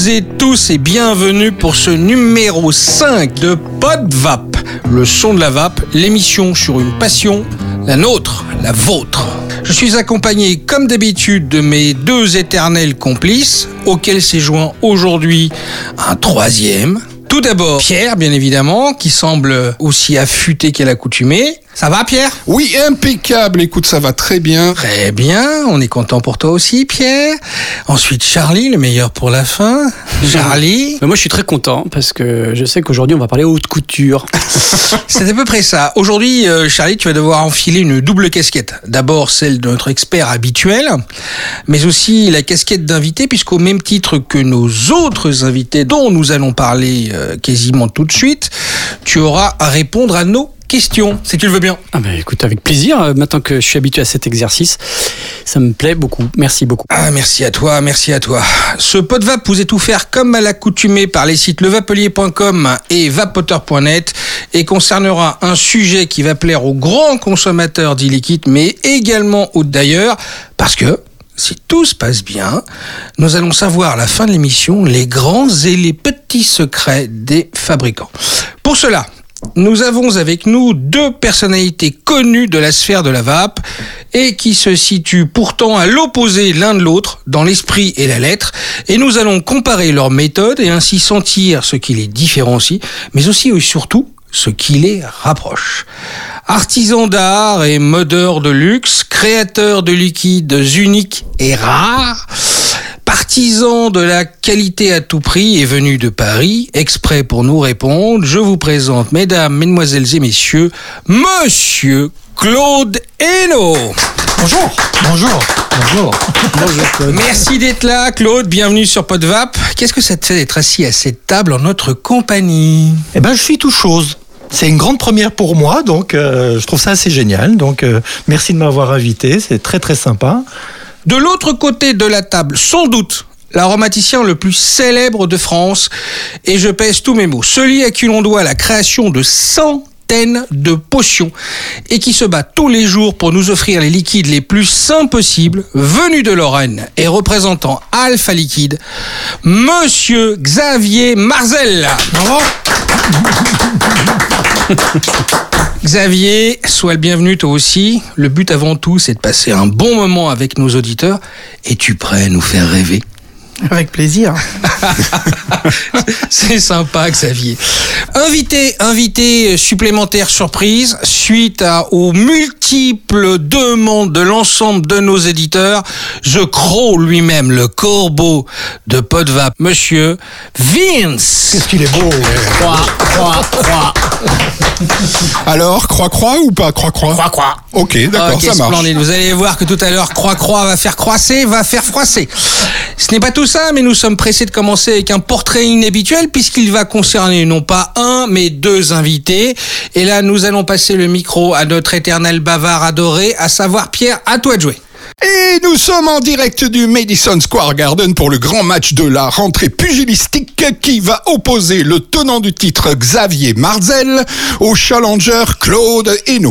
et tous et bienvenue pour ce numéro 5 de PodVap, le son de la vape, l'émission sur une passion, la nôtre, la vôtre. Je suis accompagné comme d'habitude de mes deux éternels complices, auxquels s'est joint aujourd'hui un troisième. Tout d'abord, Pierre, bien évidemment, qui semble aussi affûté qu'à l'accoutumée. Ça va, Pierre ? Oui, impeccable. Écoute, ça va très bien. Très bien, on est content pour toi aussi, Pierre. Ensuite, Charlie, le meilleur pour la fin. Charlie. Moi, je suis très content parce que je sais qu'aujourd'hui, on va parler haute couture. C'est à peu près ça. Aujourd'hui, Charlie, tu vas devoir enfiler une double casquette. D'abord, celle de notre expert habituel, mais aussi la casquette d'invité, puisqu'au même titre que nos autres invités, dont nous allons parler quasiment tout de suite, tu auras à répondre à nos questions, si tu le veux bien. Ah bah écoute, avec plaisir. Maintenant que je suis habitué à cet exercice, ça me plaît beaucoup. Merci beaucoup. Ah, merci à toi, merci à toi. Ce PodVap vous est offert comme à l'accoutumée par les sites levapelier.com et vapoteur.net et concernera un sujet qui va plaire aux grands consommateurs d'e-liquide, mais également aux d'ailleurs, parce que si tout se passe bien, nous allons savoir à la fin de l'émission les grands et les petits secrets des fabricants. Pour cela, nous avons avec nous deux personnalités connues de la sphère de la vape et qui se situent pourtant à l'opposé l'un de l'autre dans l'esprit et la lettre, et nous allons comparer leurs méthodes et ainsi sentir ce qui les différencie, mais aussi et surtout ce qui les rapproche. Artisans d'art et modeurs de luxe, créateurs de liquides uniques et rares, partisan de la qualité à tout prix et venu de Paris, exprès pour nous répondre, je vous présente, mesdames, mesdemoiselles et messieurs, Monsieur Claude Hainaut. Bonjour. Bonjour Claude. Merci d'être là, Claude. Bienvenue sur PodVap. Qu'est-ce que ça te fait d'être assis à cette table en notre compagnie ? Eh ben, je suis tout chose. C'est une grande première pour moi, donc je trouve ça assez génial. Donc, merci de m'avoir invité. C'est très très sympa. De l'autre côté de la table, sans doute, l'aromaticien le plus célèbre de France, et je pèse tous mes mots, celui à qui l'on doit la création de centaines de potions, et qui se bat tous les jours pour nous offrir les liquides les plus sains possibles, venu de Lorraine et représentant Alpha Liquide, Monsieur Xavier Marzel. Bravo. Xavier, sois le bienvenu toi aussi. Le but avant tout, c'est de passer un bon moment avec nos auditeurs. Es-tu prêt à nous faire rêver ? Avec plaisir. C'est sympa, Xavier. Invité supplémentaire surprise, suite aux multiples demandes de l'ensemble de nos éditeurs, je crois lui-même le corbeau de PodVap, Monsieur Vince. Qu'est-ce qu'il est beau. Croix. Alors, croix-croix ou pas croix-croix ? Croix. Ok, d'accord, Ok, ça marche. splendide. Vous allez voir que tout à l'heure, croix va faire croisser, va faire froisser. Ce n'est pas tout ça, mais nous sommes pressés de commencer avec un portrait inhabituel puisqu'il va concerner non pas un, mais deux invités. Et là, nous allons passer le micro à notre éternel bavard adoré, à savoir Pierre, à toi de jouer. Et nous sommes en direct du Madison Square Garden pour le grand match de la rentrée pugilistique qui va opposer le tenant du titre Xavier Marzel au challenger Claude Hainaut.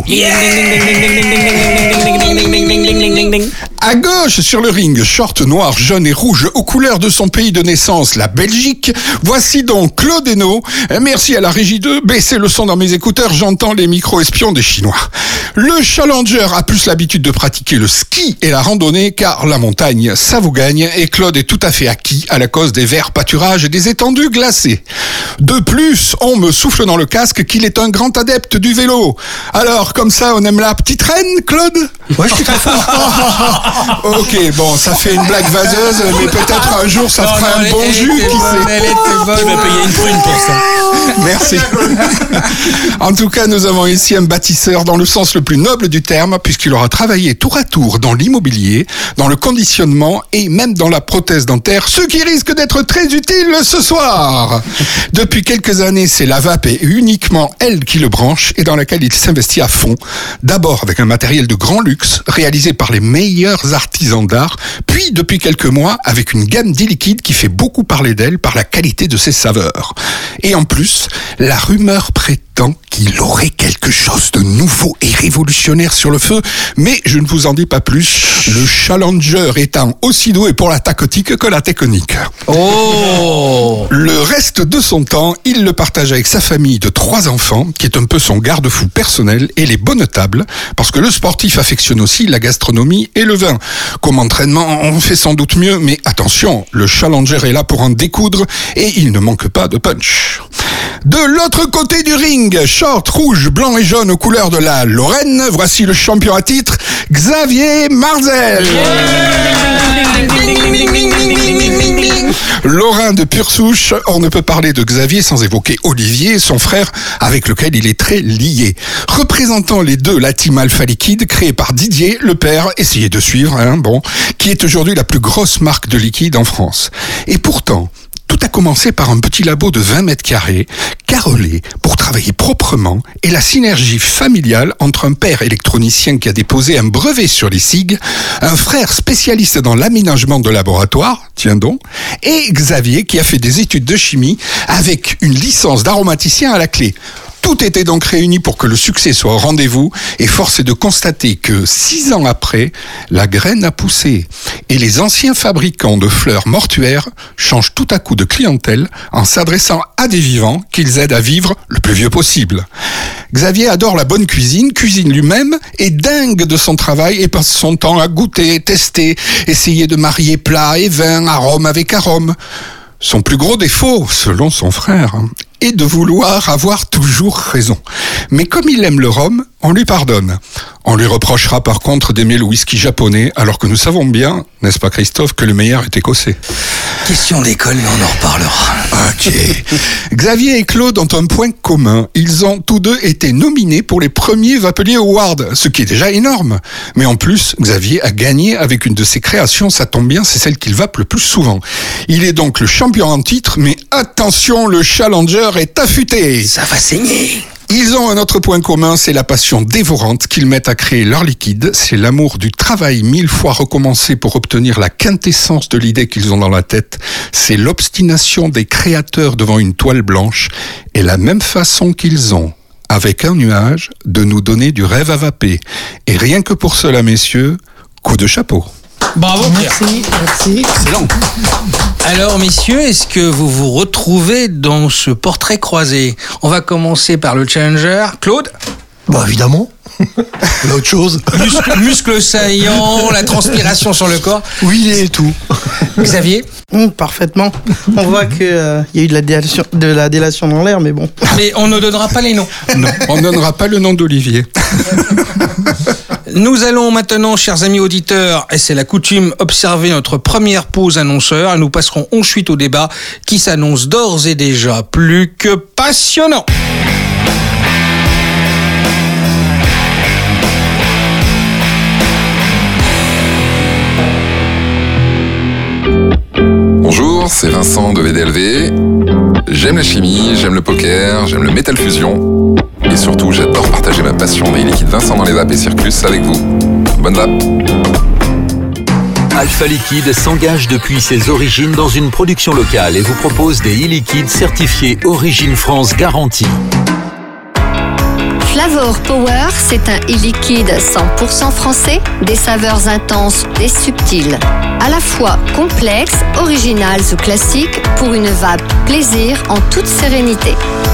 À gauche sur le ring, short noir, jaune et rouge aux couleurs de son pays de naissance, la Belgique. Voici donc Claude Hainaut. Merci à la régie de baisser le son dans mes écouteurs, j'entends les micro-espions des Chinois. Le challenger a plus l'habitude de pratiquer le ski et la randonnée car la montagne, ça vous gagne et Claude est tout à fait acquis à la cause des verts pâturages et des étendues glacées. De plus, on me souffle dans le casque qu'il est un grand adepte du vélo. Alors, comme ça, on aime la petite reine, Claude ? Ouais, je suis très fort. Ok, bon, ça fait une blague vaseuse, mais peut-être un jour ça fera un bon jus, qui sait. Elle était bonne. Tu vas payer une prune pour ça. Merci. En tout cas, nous avons ici un bâtisseur dans le sens le plus noble du terme, puisqu'il aura travaillé tour à tour dans l'immobilier, dans le conditionnement et même dans la prothèse dentaire, ce qui risque d'être très utile ce soir. Depuis quelques années, c'est la vape et uniquement elle qui le branche et dans laquelle il s'investit à fond. D'abord avec un matériel de grand luxe, réalisé par les meilleurs artisans d'art, puis depuis quelques mois avec une gamme d'e-liquide qui fait beaucoup parler d'elle par la qualité de ses saveurs. Et en plus, la rumeur prétend qu'il aurait quelque chose de nouveau et révolutionnaire sur le feu, mais je ne vous en dis pas plus, le challenger étant aussi doué pour la tactique que la technique. Oh, Le reste de son temps, il le partage avec sa famille de 3 enfants, qui est un peu son garde-fou personnel, et les bonnes tables, parce que le sportif affectionne aussi la gastronomie et le vin. Comme entraînement, on fait sans doute mieux, mais attention, le challenger est là pour en découdre, et il ne manque pas de punch. De l'autre côté du ring, short rouge, blanc et jaune aux couleurs de la Lorraine, voici le champion à titre, Xavier Marzel. Lorrain de pure souche, on ne peut parler de Xavier sans évoquer Olivier, son frère, avec lequel il est très lié. Représentant les deux la team Alpha Liquide, créée par Didier, le père, essayez de suivre, qui est aujourd'hui la plus grosse marque de liquide en France. Et pourtant, tout a commencé par un petit labo de 20 mètres carrés, carrelé pour travailler proprement, et la synergie familiale entre un père électronicien qui a déposé un brevet sur les SIG, un frère spécialiste dans l'aménagement de laboratoire, tiens donc, et Xavier qui a fait des études de chimie avec une licence d'aromaticien à la clé. Tout était donc réuni pour que le succès soit au rendez-vous, et force est de constater que 6 ans après, la graine a poussé. Et les anciens fabricants de fleurs mortuaires changent tout à coup de clientèle en s'adressant à des vivants qu'ils aident à vivre le plus vieux possible. Xavier adore la bonne cuisine, cuisine lui-même, est dingue de son travail et passe son temps à goûter, tester, essayer de marier plats et vins, arôme avec arôme. Son plus gros défaut, selon son frère, est de vouloir avoir toujours raison. Mais comme il aime le rhum, on lui pardonne. On lui reprochera par contre d'aimer le whisky japonais, alors que nous savons bien, n'est-ce pas Christophe, que le meilleur est écossais. Question d'école, mais on en reparlera. Ok. Xavier et Claude ont un point commun. Ils ont tous deux été nominés pour les premiers Vapelier Awards, ce qui est déjà énorme. Mais en plus, Xavier a gagné avec une de ses créations, ça tombe bien, c'est celle qu'il vape le plus souvent. Il est donc le champion en titre, mais attention, le challenger est affûté. Ça va saigner. Ils ont un autre point commun, c'est la passion dévorante qu'ils mettent à créer leur liquide. C'est l'amour du travail 1000 fois recommencé pour obtenir la quintessence de l'idée qu'ils ont dans la tête. C'est l'obstination des créateurs devant une toile blanche et la même façon qu'ils ont, avec un nuage, de nous donner du rêve à vaper. Et rien que pour cela, messieurs, coup de chapeau. Bravo Pierre. Merci. Excellent. Alors messieurs, est-ce que vous vous retrouvez dans ce portrait croisé? On va commencer par le challenger. Claude? Bon, évidemment. L'autre chose. Muscles saillants, la transpiration sur le corps. Oui, et tout. Xavier? Parfaitement. On voit qu'il y a eu de la délation dans l'air, mais bon. Mais on ne donnera pas les noms. Non, on ne donnera pas le nom d'Olivier. Nous allons maintenant, chers amis auditeurs, et c'est la coutume, observer notre première pause annonceur et nous passerons ensuite au débat qui s'annonce d'ores et déjà plus que passionnant. Bonjour, c'est Vincent de VDLV. J'aime la chimie, j'aime le poker, j'aime le Metal Fusion. Et surtout, j'adore partager ma passion des liquides Vincent dans les vapes et Circus avec vous. Bonne vape. Alpha Liquide s'engage depuis ses origines dans une production locale et vous propose des e-liquides certifiés Origine France garantie. Flavor Power, c'est un e-liquide 100% français, des saveurs intenses et subtiles. À la fois complexes, originales ou classiques, pour une vape plaisir en toute sérénité.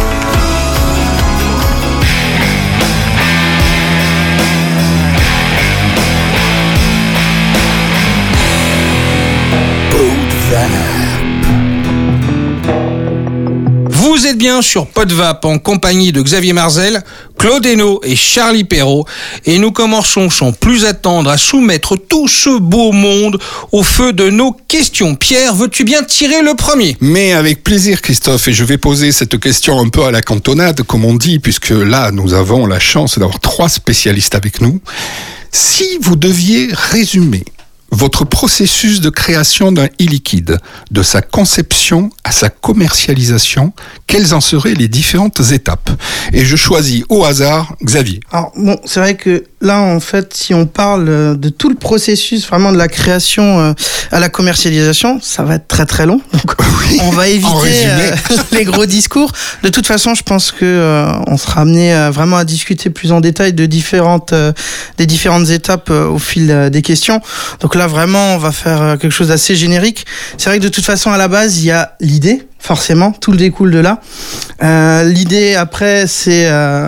Vous êtes bien sur PodVap en compagnie de Xavier Marzel, Claude Hainaut et Charlie Perrault. Et nous commençons sans plus attendre à soumettre tout ce beau monde au feu de nos questions. Pierre, veux-tu bien tirer le premier? Mais avec plaisir, Christophe, et je vais poser cette question un peu à la cantonade, comme on dit, puisque là, nous avons la chance d'avoir 3 spécialistes avec nous. Si vous deviez résumer votre processus de création d'un e-liquide, de sa conception à sa commercialisation, quelles en seraient les différentes étapes? Et je choisis au hasard Xavier. Alors bon, c'est vrai que là, en fait, si on parle de tout le processus, vraiment de la création à la commercialisation, ça va être très très long. Donc, oui, on va éviter les gros discours. De toute façon, je pense que on sera amené vraiment à discuter plus en détail de des différentes étapes au fil des questions. Donc là, vraiment, on va faire quelque chose d'assez générique. C'est vrai que de toute façon, à la base, il y a l'idée. Forcément, tout le découle de là. L'idée après, c'est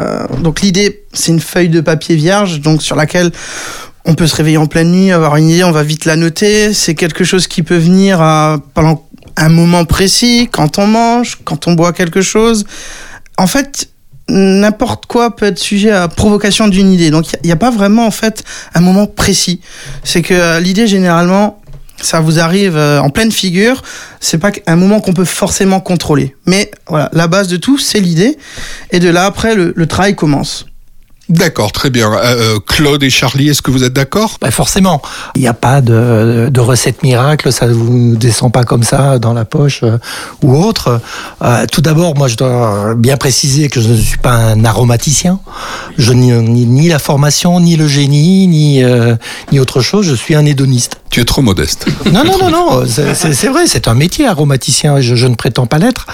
une feuille de papier vierge, donc sur laquelle on peut se réveiller en pleine nuit, avoir une idée, on va vite la noter. C'est quelque chose qui peut venir pendant un moment précis, quand on mange, quand on boit quelque chose. En fait, n'importe quoi peut être sujet à provocation d'une idée. Donc il n'y a pas vraiment en fait un moment précis. C'est que l'idée généralement, ça vous arrive en pleine figure. C'est pas un moment qu'on peut forcément contrôler. Mais voilà, la base de tout, c'est l'idée. Et de là après, le travail commence. D'accord, très bien. Claude et Charlie, est-ce que vous êtes d'accord ? Forcément, il n'y a pas de recette miracle, ça ne vous descend pas comme ça dans la poche ou autre. Tout d'abord, moi je dois bien préciser que je ne suis pas un aromaticien. Je n'ai ni la formation, ni le génie, ni autre chose, je suis un hédoniste. Tu es trop modeste. Non, c'est vrai, c'est un métier aromaticien, je ne prétends pas l'être.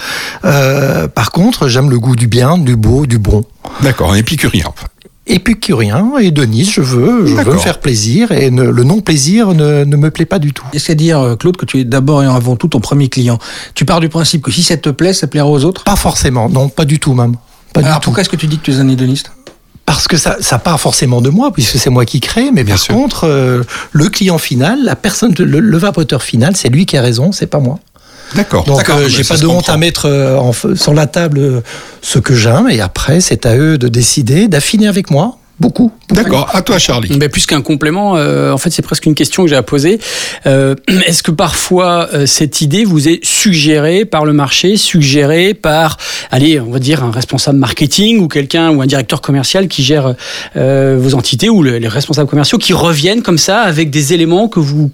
Par contre, j'aime le goût du bien, du beau, du bon. D'accord, un épicurien. Épicurien, hédoniste, je veux me faire plaisir et le non-plaisir ne me plaît pas du tout. Est-ce à dire, Claude, que tu es d'abord et avant tout ton premier client ? Tu pars du principe que si ça te plaît, ça plaira aux autres ? Pas forcément, non, pas du tout même. Alors pourquoi est-ce que tu dis que tu es un hédoniste ? Parce que ça part forcément de moi, puisque c'est moi qui crée, mais par contre, le client final, la personne, le vapoteur final, c'est lui qui a raison, c'est pas moi. D'accord. Donc j'ai pas de honte à mettre sur la table ce que j'aime, et après c'est à eux de décider, d'affiner avec moi. Beaucoup. D'accord. À toi, Charlie. Mais plus qu'un complément, en fait, c'est presque une question que j'ai à poser. Est-ce que parfois cette idée vous est suggérée par le marché, suggérée par, on va dire un responsable marketing ou quelqu'un ou un directeur commercial qui gère vos entités ou les responsables commerciaux qui reviennent comme ça avec des éléments que vous,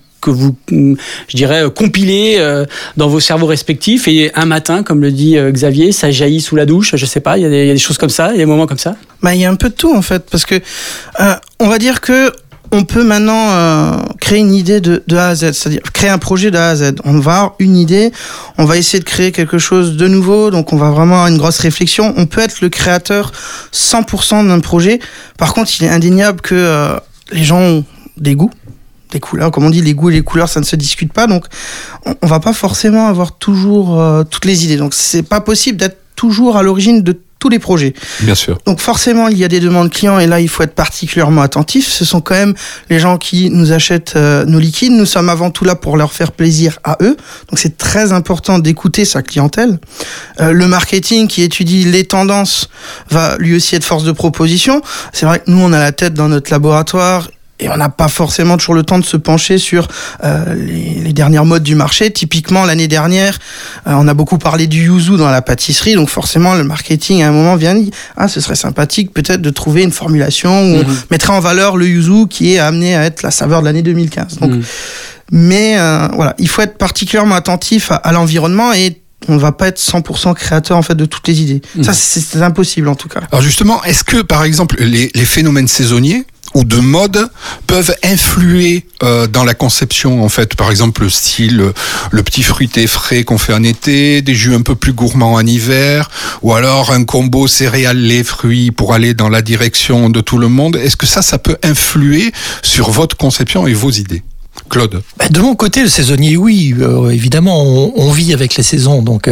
je dirais, compilez dans vos cerveaux respectifs et un matin, comme le dit Xavier, ça jaillit sous la douche, je sais pas, il y a des choses comme ça, il y a des moments comme ça. Il y a un peu de tout en fait, parce que on va dire que on peut maintenant créer une idée de A à Z, c'est-à-dire créer un projet de A à Z. On va avoir une idée, on va essayer de créer quelque chose de nouveau, donc on va vraiment avoir une grosse réflexion. On peut être le créateur 100% d'un projet. Par contre, il est indéniable que les gens ont des goûts, des couleurs, comme on dit, les goûts et les couleurs, ça ne se discute pas, donc on va pas forcément avoir toujours toutes les idées. Donc c'est pas possible d'être toujours à l'origine de tous les projets. Bien sûr. Donc forcément, il y a des demandes clients et là, il faut être particulièrement attentif. Ce sont quand même les gens qui nous achètent nos liquides. Nous sommes avant tout là pour leur faire plaisir à eux. Donc c'est très important d'écouter sa clientèle. Le marketing qui étudie les tendances va lui aussi être force de proposition. C'est vrai que nous, on a la tête dans notre laboratoire et on n'a pas forcément toujours le temps de se pencher sur les dernières modes du marché. Typiquement, l'année dernière, on a beaucoup parlé du yuzu dans la pâtisserie. Donc forcément, le marketing, à un moment, vient dire « ce serait sympathique peut-être de trouver une formulation où on mettrait en valeur le yuzu qui est amené à être la saveur de l'année 2015. » Donc, mais voilà, il faut être particulièrement attentif à l'environnement et on ne va pas être 100% créateur en fait de toutes les idées. Ça, c'est impossible en tout cas. Alors justement, est-ce que par exemple les phénomènes saisonniers ou de mode peuvent influer dans la conception en fait, par exemple le style, le petit fruité frais qu'on fait en été, des jus un peu plus gourmands en hiver, ou alors un combo céréales, lait, fruits pour aller dans la direction de tout le monde. Est-ce que ça peut influer sur votre conception et vos idées ? Claude. De mon côté, le saisonnier, oui, évidemment, on vit avec les saisons, donc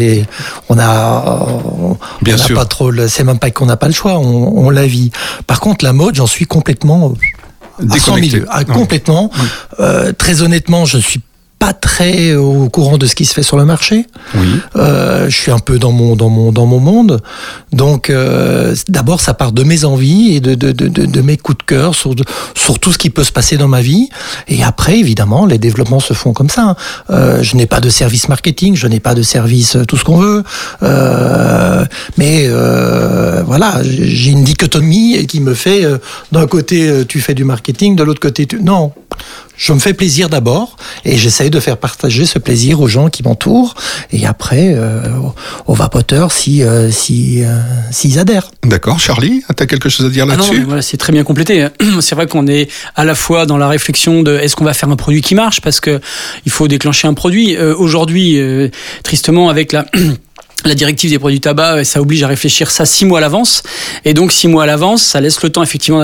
on n'a pas trop, c'est même pas qu'on n'a pas le choix, on la vit. Par contre, la mode, j'en suis complètement déconnecté. Complètement. Très honnêtement, je suis pas très au courant de ce qui se fait sur le marché. Oui. Je suis un peu dans mon monde. Donc, d'abord, ça part de mes envies et de mes coups de cœur sur tout ce qui peut se passer dans ma vie. Et après, évidemment, les développements se font comme ça. Je n'ai pas de service marketing, je n'ai pas de service tout ce qu'on veut. Mais voilà, j'ai une dichotomie qui me fait, d'un côté, tu fais du marketing, de l'autre côté, non. Je me fais plaisir d'abord et j'essaye de faire partager ce plaisir aux gens qui m'entourent et après aux vapoteurs s'ils adhèrent. D'accord. Charlie, tu as quelque chose à dire là-dessus ? Non, voilà, c'est très bien complété. C'est vrai qu'on est à la fois dans la réflexion de est-ce qu'on va faire un produit qui marche parce que il faut déclencher un produit. Aujourd'hui, tristement, avec La directive des produits tabac, ça oblige à réfléchir ça 6 mois à l'avance. Et donc 6 mois à l'avance, ça laisse le temps effectivement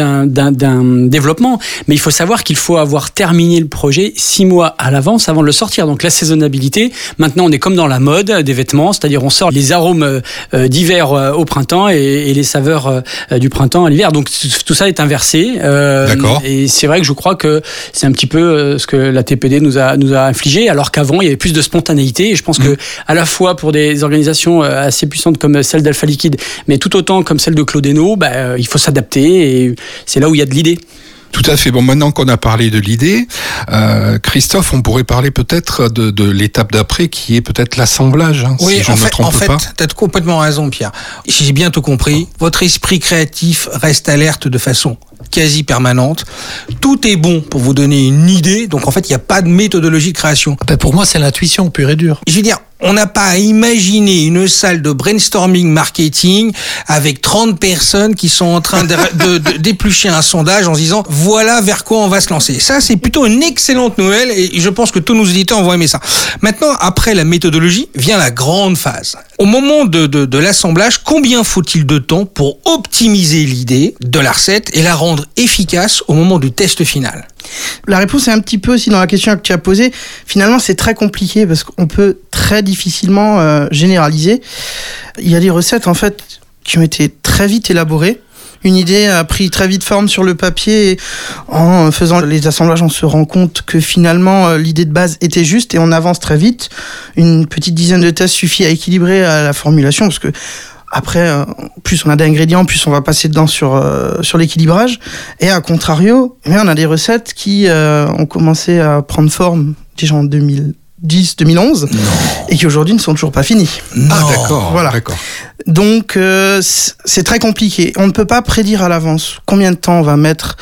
d'un développement. Mais il faut savoir qu'il faut avoir terminé le projet 6 mois à l'avance avant de le sortir. Donc la saisonnabilité, maintenant on est comme dans la mode des vêtements, c'est-à-dire on sort les arômes d'hiver au printemps et les saveurs du printemps à l'hiver. Donc tout ça est inversé. D'accord. Et c'est vrai que je crois que c'est un petit peu ce que la TPD nous a infligé, alors qu'avant il y avait plus de spontanéité. Et je pense que à la fois pour des organisations assez puissantes comme celle d'Alpha Liquide, mais tout autant comme celle de Claudeno, il faut s'adapter et c'est là où il y a de l'idée. Tout à fait. Bon, maintenant qu'on a parlé de l'idée, Christophe, on pourrait parler peut-être de l'étape d'après qui est peut-être l'assemblage, oui, si je ne me trompe pas. Tu as complètement raison, Pierre. Si j'ai bien tout compris, votre esprit créatif reste alerte de façon quasi permanente. Tout est bon pour vous donner une idée, donc en fait, il n'y a pas de méthodologie de création. Pour moi, c'est l'intuition pure et dure. Je veux dire, on n'a pas à imaginer une salle de brainstorming marketing avec 30 personnes qui sont en train d'éplucher un sondage en se disant voilà vers quoi on va se lancer. Ça, c'est plutôt une excellente nouvelle et je pense que tous nos éditeurs vont aimer ça. Maintenant, après la méthodologie, vient la grande phase. Au moment de l'assemblage, combien faut-il de temps pour optimiser l'idée de la recette et la rendre efficace au moment du test final ? La réponse est un petit peu aussi dans la question que tu as posée. Finalement, c'est très compliqué parce qu'on peut très difficilement généraliser. Il y a des recettes en fait qui ont été très vite élaborées. Une idée a pris très vite forme sur le papier et en faisant les assemblages, on se rend compte que finalement l'idée de base était juste et on avance très vite. Une petite dizaine de tests suffit à équilibrer la formulation parce que après, plus on a d'ingrédients, plus on va passer dedans sur l'équilibrage. Et à contrario, on a des recettes qui ont commencé à prendre forme déjà en 2010-2011 et qui aujourd'hui ne sont toujours pas finies. Ah d'accord, voilà. D'accord. Donc c'est très compliqué. On ne peut pas prédire à l'avance combien de temps on va mettre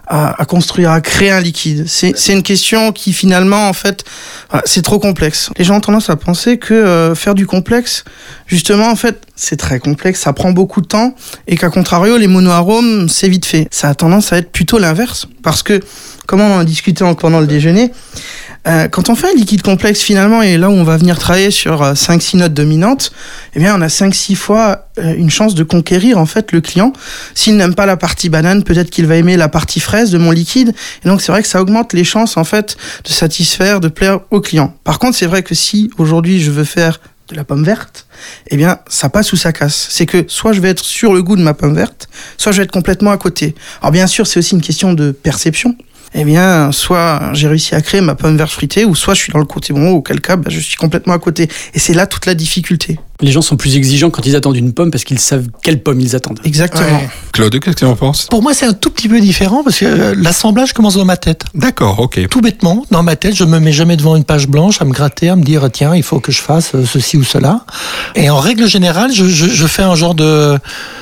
à construire, à créer un liquide. C'est une question qui finalement, en fait, c'est trop complexe. Les gens ont tendance à penser que faire du complexe, justement, en fait, c'est très complexe, ça prend beaucoup de temps, et qu'à contrario, les monoarômes, c'est vite fait. Ça a tendance à être plutôt l'inverse, parce que, comme on en a discuté pendant le déjeuner, quand on fait un liquide complexe finalement, et là où on va venir travailler sur 5-6 notes dominantes, eh bien on a 5-6 fois une chance de conquérir en fait le client. S'il n'aime pas la partie banane, peut-être qu'il va aimer la partie fraise de mon liquide. Et donc c'est vrai que ça augmente les chances en fait de satisfaire, de plaire au client. Par contre, c'est vrai que si aujourd'hui je veux faire de la pomme verte, eh bien ça passe ou ça casse. C'est que soit je vais être sur le goût de ma pomme verte, soit je vais être complètement à côté. Alors bien sûr, c'est aussi une question de perception. Eh bien, soit j'ai réussi à créer ma pomme verte fruitée, ou soit je suis dans le côté bon, auquel cas, je suis complètement à côté. Et c'est là toute la difficulté. Les gens sont plus exigeants quand ils attendent une pomme parce qu'ils savent quelle pomme ils attendent. Exactement. Ouais. Claude, qu'est-ce que tu en penses ? Pour moi, c'est un tout petit peu différent parce que l'assemblage commence dans ma tête. D'accord, ok. Tout bêtement, dans ma tête, je me mets jamais devant une page blanche à me gratter, à me dire tiens, il faut que je fasse ceci ou cela. Et en règle générale, je fais un genre de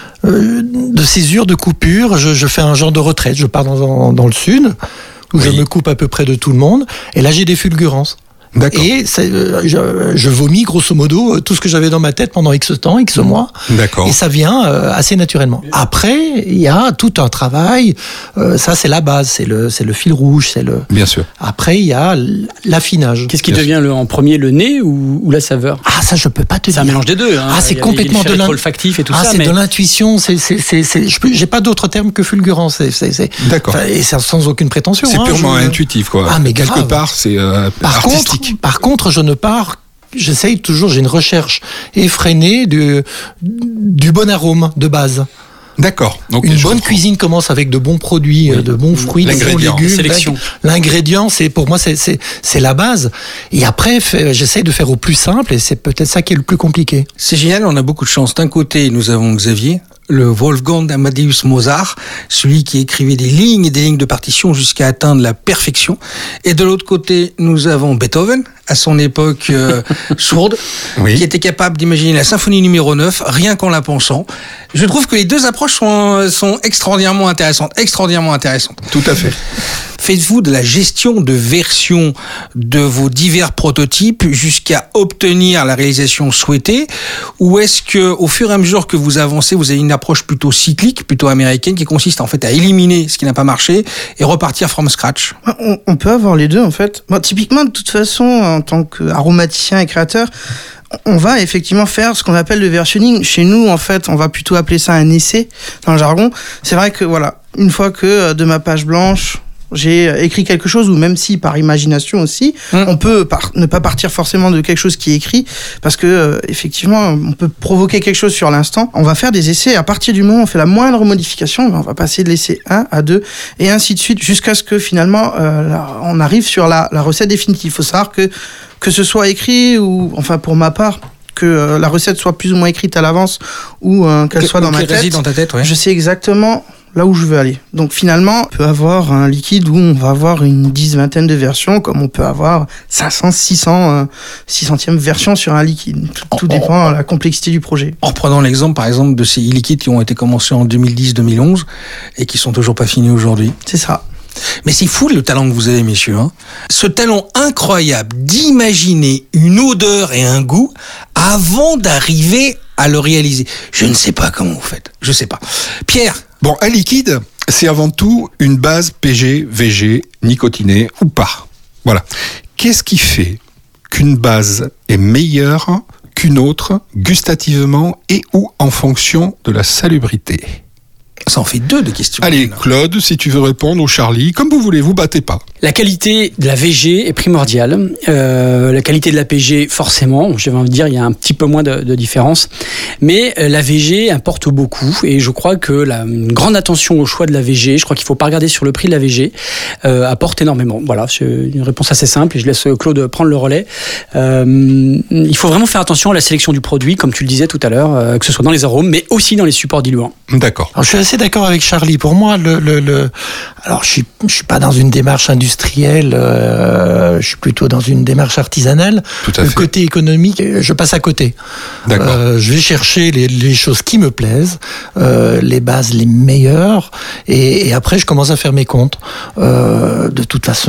césure, de coupure, je fais un genre de retraite. Je pars dans le sud, où je me coupe à peu près de tout le monde, et là j'ai des fulgurances. D'accord. Et je vomis grosso modo tout ce que j'avais dans ma tête pendant X temps, X mois. D'accord. Et ça vient assez naturellement. Après, il y a tout un travail. Ça, c'est la base, c'est le fil rouge, Bien sûr. Après, il y a l'affinage. Qu'est-ce qui devient en premier, le nez ou la saveur ? Ah, ça, je peux pas te dire. C'est un mélange des deux. Ah, c'est complètement de olfactif et tout ça. C'est de l'intuition. J'ai pas d'autre terme que fulgurance. D'accord. Et c'est sans aucune prétention. C'est purement intuitif, quoi. Ah, mais quelque grave. part, c'est artistique. Par contre, j'essaye toujours, j'ai une recherche effrénée du bon arôme de base. D'accord. Donc, une bonne cuisine commence avec de bons produits, de bons fruits, de bons légumes. Sélection. L'ingrédient, pour moi, c'est la base. Et après, j'essaye de faire au plus simple, et c'est peut-être ça qui est le plus compliqué. C'est génial, on a beaucoup de chance. D'un côté, nous avons Xavier, le Wolfgang Amadeus Mozart, celui qui écrivait des lignes et des lignes de partition jusqu'à atteindre la perfection. Et de l'autre côté, nous avons Beethoven, à son époque sourde, qui était capable d'imaginer la symphonie numéro 9, rien qu'en la pensant. Je trouve que les deux approches sont extraordinairement intéressantes. Tout à fait. Faites-vous de la gestion de versions de vos divers prototypes jusqu'à obtenir la réalisation souhaitée, ou est-ce que, au fur et à mesure que vous avancez, vous avez une approche plutôt cyclique, plutôt américaine, qui consiste en fait à éliminer ce qui n'a pas marché et repartir from scratch? On peut avoir les deux en fait. Typiquement, de toute façon, en tant qu'aromaticien et créateur, on va effectivement faire ce qu'on appelle le versioning. Chez nous, en fait, on va plutôt appeler ça un essai dans le jargon. C'est vrai que voilà, une fois que de ma page blanche, j'ai écrit quelque chose, ou même si par imagination aussi, on peut ne pas partir forcément de quelque chose qui est écrit, parce que effectivement, on peut provoquer quelque chose sur l'instant. On va faire des essais, à partir du moment où on fait la moindre modification, on va passer de l'essai 1 à 2, et ainsi de suite, jusqu'à ce que finalement, on arrive sur la recette définitive. Il faut savoir que ce soit écrit, ou enfin pour ma part, que la recette soit plus ou moins écrite à l'avance, ou qu'elle soit dans ma tête, dans ta tête, ouais. Je sais exactement là où je veux aller. Donc finalement, on peut avoir un liquide où on va avoir une 10-20aine de versions, comme on peut avoir 500, 600e version sur un liquide. Tout dépend de la complexité du projet. En reprenant l'exemple, par exemple, de ces e-liquides qui ont été commencés en 2010-2011 et qui sont toujours pas finis aujourd'hui. C'est ça. Mais c'est fou le talent que vous avez, messieurs. Hein. Ce talent incroyable d'imaginer une odeur et un goût avant d'arriver à le réaliser. Je ne sais pas comment vous faites. Je sais pas. Pierre. Bon, un liquide, c'est avant tout une base PG, VG, nicotinée ou pas. Voilà. Qu'est-ce qui fait qu'une base est meilleure qu'une autre, gustativement et ou en fonction de la salubrité ? Ça en fait deux de questions. Allez, Claude, si tu veux répondre, ou Charlie, comme vous voulez, vous battez pas. La qualité de la VG est primordiale. La qualité de la PG, forcément, je vais envie de dire, il y a un petit peu moins de différence. Mais la VG importe beaucoup. Et je crois que une grande attention au choix de la VG, je crois qu'il ne faut pas regarder sur le prix de la VG, apporte énormément. Voilà, c'est une réponse assez simple et je laisse Claude prendre le relais. Il faut vraiment faire attention à la sélection du produit, comme tu le disais tout à l'heure, que ce soit dans les arômes, mais aussi dans les supports diluants. D'accord. Alors, je suis assez d'accord avec Charlie. Pour moi, alors je suis pas dans une démarche industrielle, je suis plutôt dans une démarche artisanale. Le côté économique, je passe à côté. D'accord. Je vais chercher les choses qui me plaisent, les bases les meilleures, et après je commence à faire mes comptes. De toute façon,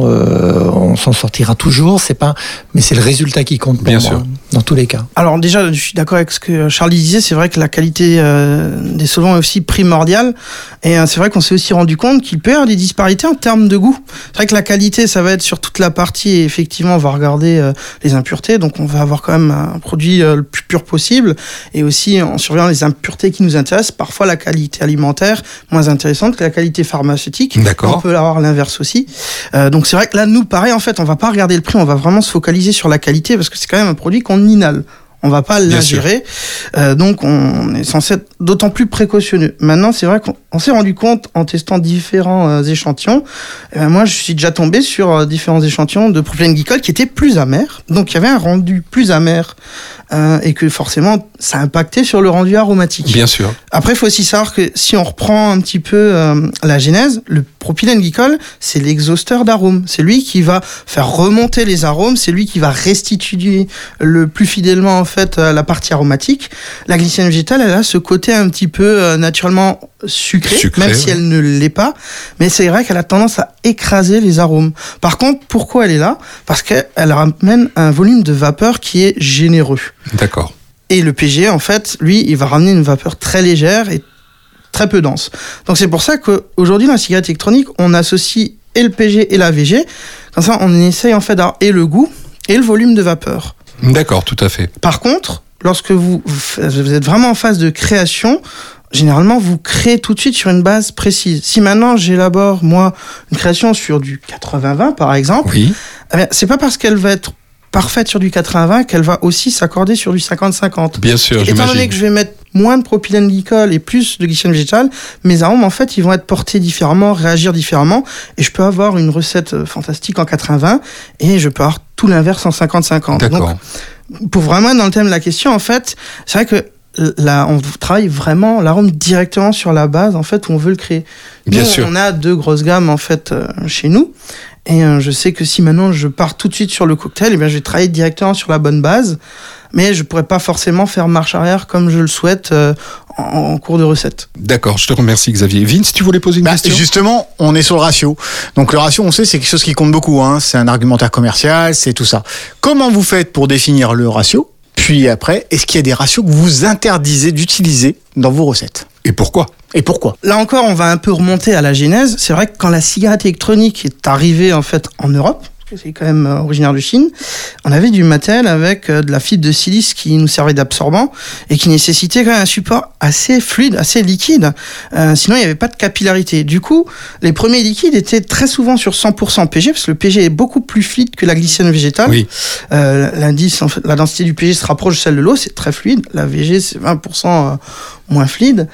on s'en sortira toujours. Mais c'est le résultat qui compte pour Bien moi, sûr. dans tous les cas. Alors déjà, je suis d'accord avec ce que Charlie disait. C'est vrai que la qualité des solvants est aussi primordiale. Et c'est vrai qu'on s'est aussi rendu compte qu'il peut y avoir des disparités en termes de goût. C'est vrai que la qualité, ça va être sur toute la partie. Et effectivement, on va regarder les impuretés. Donc, on va avoir quand même un produit le plus pur possible. Et aussi, en surveillant les impuretés qui nous intéressent, parfois la qualité alimentaire moins intéressante que la qualité pharmaceutique. D'accord. On peut avoir l'inverse aussi. Donc, c'est vrai que là, nous, pareil, en fait, on va pas regarder le prix. On va vraiment se focaliser sur la qualité parce que c'est quand même un produit qu'on inhale. On va pas l'ingérer, donc on est censé être d'autant plus précautionneux. Maintenant, c'est vrai qu'on s'est rendu compte en testant différents échantillons. Moi, je suis déjà tombé sur différents échantillons de propylène glycol qui étaient plus amers. Donc, il y avait un rendu plus amer et que forcément, ça impactait sur le rendu aromatique. Bien sûr. Après, il faut aussi savoir que si on reprend un petit peu la genèse, le propylène glycol, c'est l'exhausteur d'arômes. C'est lui qui va faire remonter les arômes, c'est lui qui va restituer le plus fidèlement en fait la partie aromatique. La glycine végétale, elle a ce côté un petit peu naturellement sucré, même si elle ne l'est pas. Mais c'est vrai qu'elle a tendance à écraser les arômes. Par contre, pourquoi elle est là ? Parce qu'elle ramène un volume de vapeur qui est généreux. D'accord. Et le PG, en fait, lui, il va ramener une vapeur très légère et très peu dense. Donc c'est pour ça qu'aujourd'hui, dans la cigarette électronique, on associe et le PG et la VG. Comme ça, on essaye en fait d'avoir et le goût et le volume de vapeur. D'accord, tout à fait. Par contre, lorsque vous êtes vraiment en phase de création, généralement, vous créez tout de suite sur une base précise. Si maintenant, j'élabore, moi, une création sur du 80-20, par exemple, oui. Eh bien, c'est pas parce qu'elle va être parfaite sur du 80-20 qu'elle va aussi s'accorder sur du 50-50. Bien sûr, j'imagine. Étant donné que je vais mettre moins de propylène glycol et plus de glycine végétale, mes arômes, en fait, ils vont être portés différemment, réagir différemment, et je peux avoir une recette fantastique en 80-20, et je peux avoir tout l'inverse en 50-50. D'accord. Donc, pour vraiment être dans le thème de la question, en fait, c'est vrai que là, on travaille vraiment l'arôme directement sur la base, en fait, où on veut le créer. Bien sûr. On a 2 grosses gammes, en fait, chez nous. Et je sais que si maintenant je pars tout de suite sur le cocktail, eh bien, je vais travailler directement sur la bonne base. Mais je pourrais pas forcément faire marche arrière comme je le souhaite en cours de recette. D'accord, je te remercie Xavier. Vince, tu voulais poser une question ? Justement, on est sur le ratio. Donc le ratio, on sait, c'est quelque chose qui compte beaucoup. C'est un argumentaire commercial, c'est tout ça. Comment vous faites pour définir le ratio ? Puis après, est-ce qu'il y a des ratios que vous interdisez d'utiliser dans vos recettes ? Et pourquoi ? Là encore, on va un peu remonter à la genèse. C'est vrai que quand la cigarette électronique est arrivée en fait en Europe, c'est quand même originaire de Chine, on avait du matériel avec de la fibre de silice qui nous servait d'absorbant et qui nécessitait quand même un support assez fluide, assez liquide. Sinon, il n'y avait pas de capillarité. Du coup, les premiers liquides étaient très souvent sur 100% PG, parce que le PG est beaucoup plus fluide que la glycine végétale. Oui. L'indice, en fait, la densité du PG se rapproche de celle de l'eau, c'est très fluide. La VG, c'est 20% moins fluide.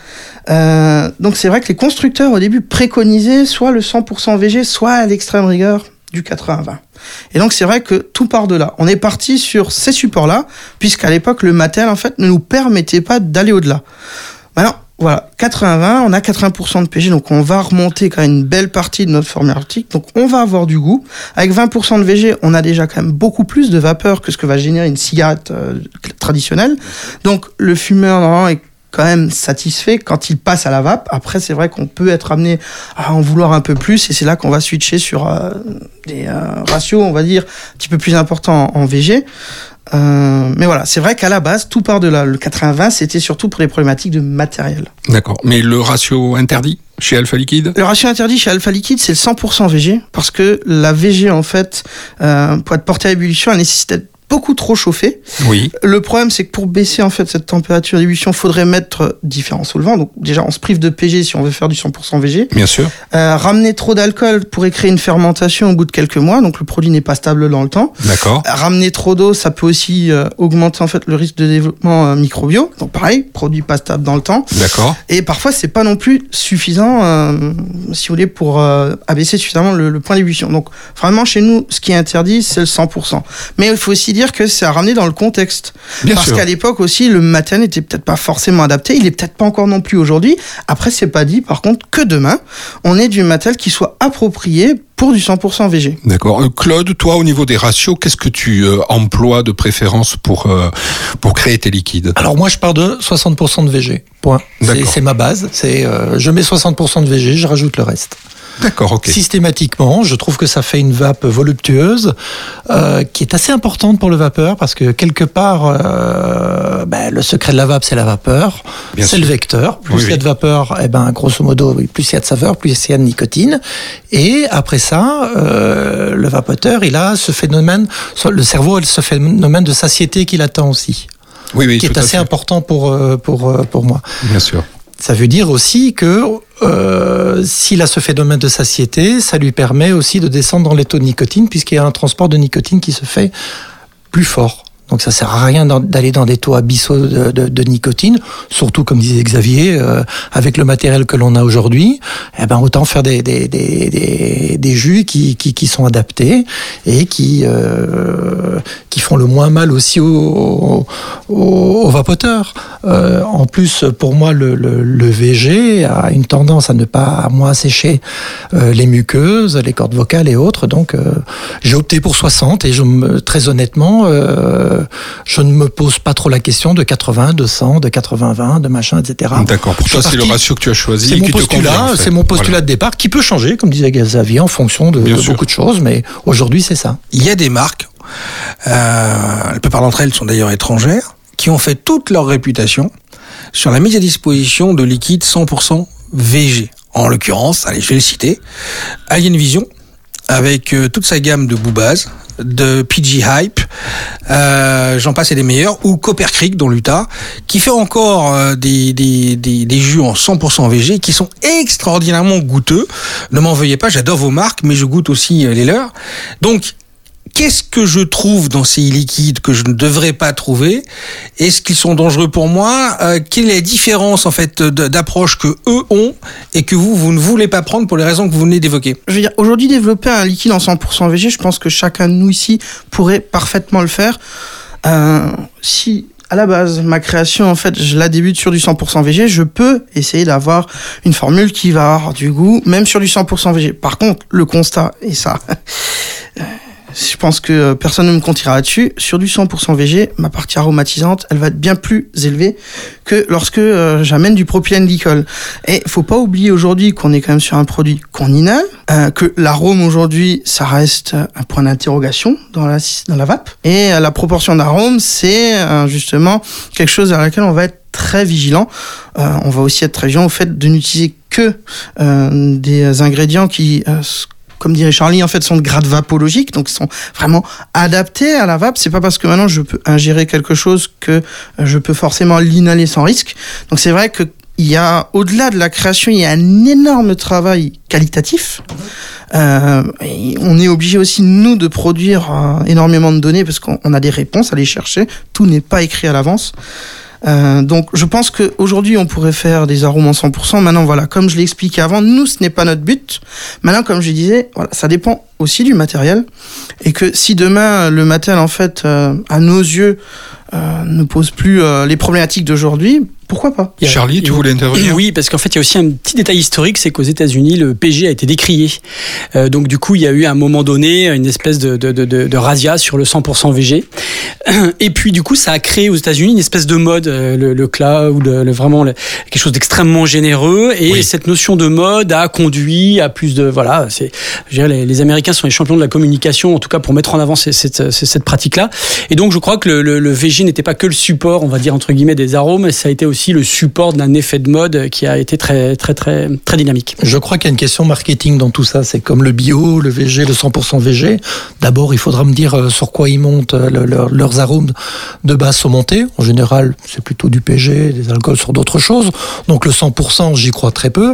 Donc c'est vrai que les constructeurs au début préconisaient soit le 100% VG, soit à l'extrême rigueur du 80-20. Et donc c'est vrai que tout part de là. On est parti sur ces supports-là, puisqu'à l'époque le matériel en fait ne nous permettait pas d'aller au-delà. Maintenant, voilà, 80-20, on a 80% de PG, donc on va remonter quand même une belle partie de notre formule arctique, donc on va avoir du goût. Avec 20% de VG, on a déjà quand même beaucoup plus de vapeur que ce que va générer une cigarette traditionnelle. Donc le fumeur normalement est quand même satisfait quand il passe à la vape. Après, c'est vrai qu'on peut être amené à en vouloir un peu plus, et c'est là qu'on va switcher sur des ratios, on va dire, un petit peu plus importants en VG. Mais voilà, c'est vrai qu'à la base, tout part de là. Le 80-20, c'était surtout pour les problématiques de matériel. D'accord. Mais le ratio interdit chez Alpha Liquide ? Le ratio interdit chez Alpha Liquide, c'est le 100% VG, parce que la VG, en fait, pour être portée à ébullition, elle nécessite d'être beaucoup trop chauffé. Oui. Le problème, c'est que pour baisser en fait cette température d'ébullition, il faudrait mettre différents solvants. Donc déjà, on se prive de PG si on veut faire du 100% VG. Bien sûr. Ramener trop d'alcool pourrait créer une fermentation au bout de quelques mois, donc le produit n'est pas stable dans le temps. D'accord. Ramener trop d'eau, ça peut aussi augmenter en fait le risque de développement microbio. Donc pareil, produit pas stable dans le temps. D'accord. Et parfois, c'est pas non plus suffisant, si vous voulez, pour abaisser suffisamment le point d'ébullition. Donc vraiment, chez nous, ce qui est interdit, c'est le 100%. Mais il faut aussi dire que c'est à ramener dans le contexte. Bien Parce sûr. Qu'à l'époque aussi, le matériel n'était peut-être pas forcément adapté. Il est peut-être pas encore non plus aujourd'hui. Après, c'est pas dit, par contre, que demain, on ait du matériel qui soit approprié pour du 100% VG. D'accord. Claude, toi, au niveau des ratios, qu'est-ce que tu emploies de préférence pour créer tes liquides ? Alors moi, je pars de 60% de VG. Point. C'est ma base. Je mets 60% de VG, je rajoute le reste. D'accord, ok. Systématiquement, je trouve que ça fait une vape voluptueuse qui est assez importante pour le vapeur, parce que quelque part, le secret de la vape, c'est la vapeur, c'est le vecteur. Plus il y a de vapeur, grosso modo, plus il y a de saveur, plus il y a de nicotine. Et après ça, le vapoteur, il a ce phénomène, le cerveau a ce phénomène de satiété qu'il attend aussi. Oui, qui est assez important pour moi. Bien sûr. Ça veut dire aussi que s'il a ce phénomène de satiété, ça lui permet aussi de descendre dans les taux de nicotine, puisqu'il y a un transport de nicotine qui se fait plus fort. Donc ça sert à rien d'aller dans des taux abyssaux de nicotine, surtout comme disait Xavier, avec le matériel que l'on a aujourd'hui, autant faire des jus qui sont adaptés et qui font le moins mal aussi aux vapoteurs. En plus, pour moi, le VG a une tendance à ne pas moins sécher les muqueuses, les cordes vocales et autres. Donc j'ai opté pour 60 et très honnêtement, je ne me pose pas trop la question de 80, de 100, de 80-20, de machin, etc. D'accord, pour toi c'est le ratio que tu as choisi. C'est mon postulat, en fait. C'est mon postulat de départ, qui peut changer, comme disait Xavier, en fonction de beaucoup de choses, mais aujourd'hui c'est ça. Il y a des marques, la plupart d'entre elles sont d'ailleurs étrangères, qui ont fait toute leur réputation sur la mise à disposition de liquides 100% VG. En l'occurrence, allez, je vais le citer, Alien Vision, avec toute sa gamme de Boubaz, de PG Hype, j'en passe et des meilleurs, ou Copper Creek dans l'Utah, qui fait encore des jus en 100% VG qui sont extraordinairement goûteux. Ne m'en veuillez pas, j'adore vos marques, mais je goûte aussi les leurs. Donc, qu'est-ce que je trouve dans ces liquides que je ne devrais pas trouver ? Est-ce qu'ils sont dangereux pour moi ? Quelle est la différence en fait d'approche que eux ont et que vous ne voulez pas prendre pour les raisons que vous venez d'évoquer ? Je veux dire, aujourd'hui, développer un liquide en 100% VG, je pense que chacun de nous ici pourrait parfaitement le faire. Si à la base, ma création, en fait, je la débute sur du 100% VG, je peux essayer d'avoir une formule qui va avoir du goût, même sur du 100% VG. Par contre, le constat, et ça... je pense que personne ne me contredira là-dessus. Sur du 100% VG, ma partie aromatisante, elle va être bien plus élevée que lorsque j'amène du propylène glycol. Et faut pas oublier aujourd'hui qu'on est quand même sur un produit qu'on inhale, que l'arôme aujourd'hui, ça reste un point d'interrogation dans la vape. Et la proportion d'arôme, c'est justement quelque chose à laquelle on va être très vigilant. On va aussi être très vigilant au fait de n'utiliser que des ingrédients qui comme dirait Charlie, en fait, sont de grade vapologique, donc ils sont vraiment adaptés à la vape. C'est pas parce que maintenant je peux ingérer quelque chose que je peux forcément l'inhaler sans risque. Donc c'est vrai que il y a, au-delà de la création, il y a un énorme travail qualitatif. Et on est obligé aussi, nous, de produire énormément de données parce qu'on a des réponses à aller chercher. Tout n'est pas écrit à l'avance. Donc, je pense qu'aujourd'hui, on pourrait faire des arômes en 100%. Maintenant, voilà, comme je l'ai expliqué avant, nous, ce n'est pas notre but. Maintenant, comme je disais, voilà, ça dépend aussi du matériel. Et que si demain, le matériel, en fait, à nos yeux, ne pose plus les problématiques d'aujourd'hui, pourquoi pas? Charlie, tu voulais intervenir? Oui, parce qu'en fait, il y a aussi un petit détail historique, c'est qu'aux États-Unis, le PG a été décrié. Donc, du coup, il y a eu à un moment donné une espèce de razzia sur le 100% VG. Et puis, du coup, ça a créé aux États-Unis une espèce de mode, le cloud, vraiment quelque chose d'extrêmement généreux. Et cette notion de mode a conduit à plus de, voilà, je dirais, les Américains sont les champions de la communication, en tout cas pour mettre en avant cette pratique-là. Et donc, je crois que le VG n'était pas que le support, on va dire entre guillemets, des arômes, ça a été aussi le support d'un effet de mode qui a été très, très, très, très dynamique. Je crois qu'il y a une question marketing dans tout ça. C'est comme le bio, le VG, le 100% VG. D'abord, il faudra me dire sur quoi ils montent leurs arômes de base sont montés. En général, c'est plutôt du PG, des alcools sur d'autres choses. Donc le 100%, j'y crois très peu.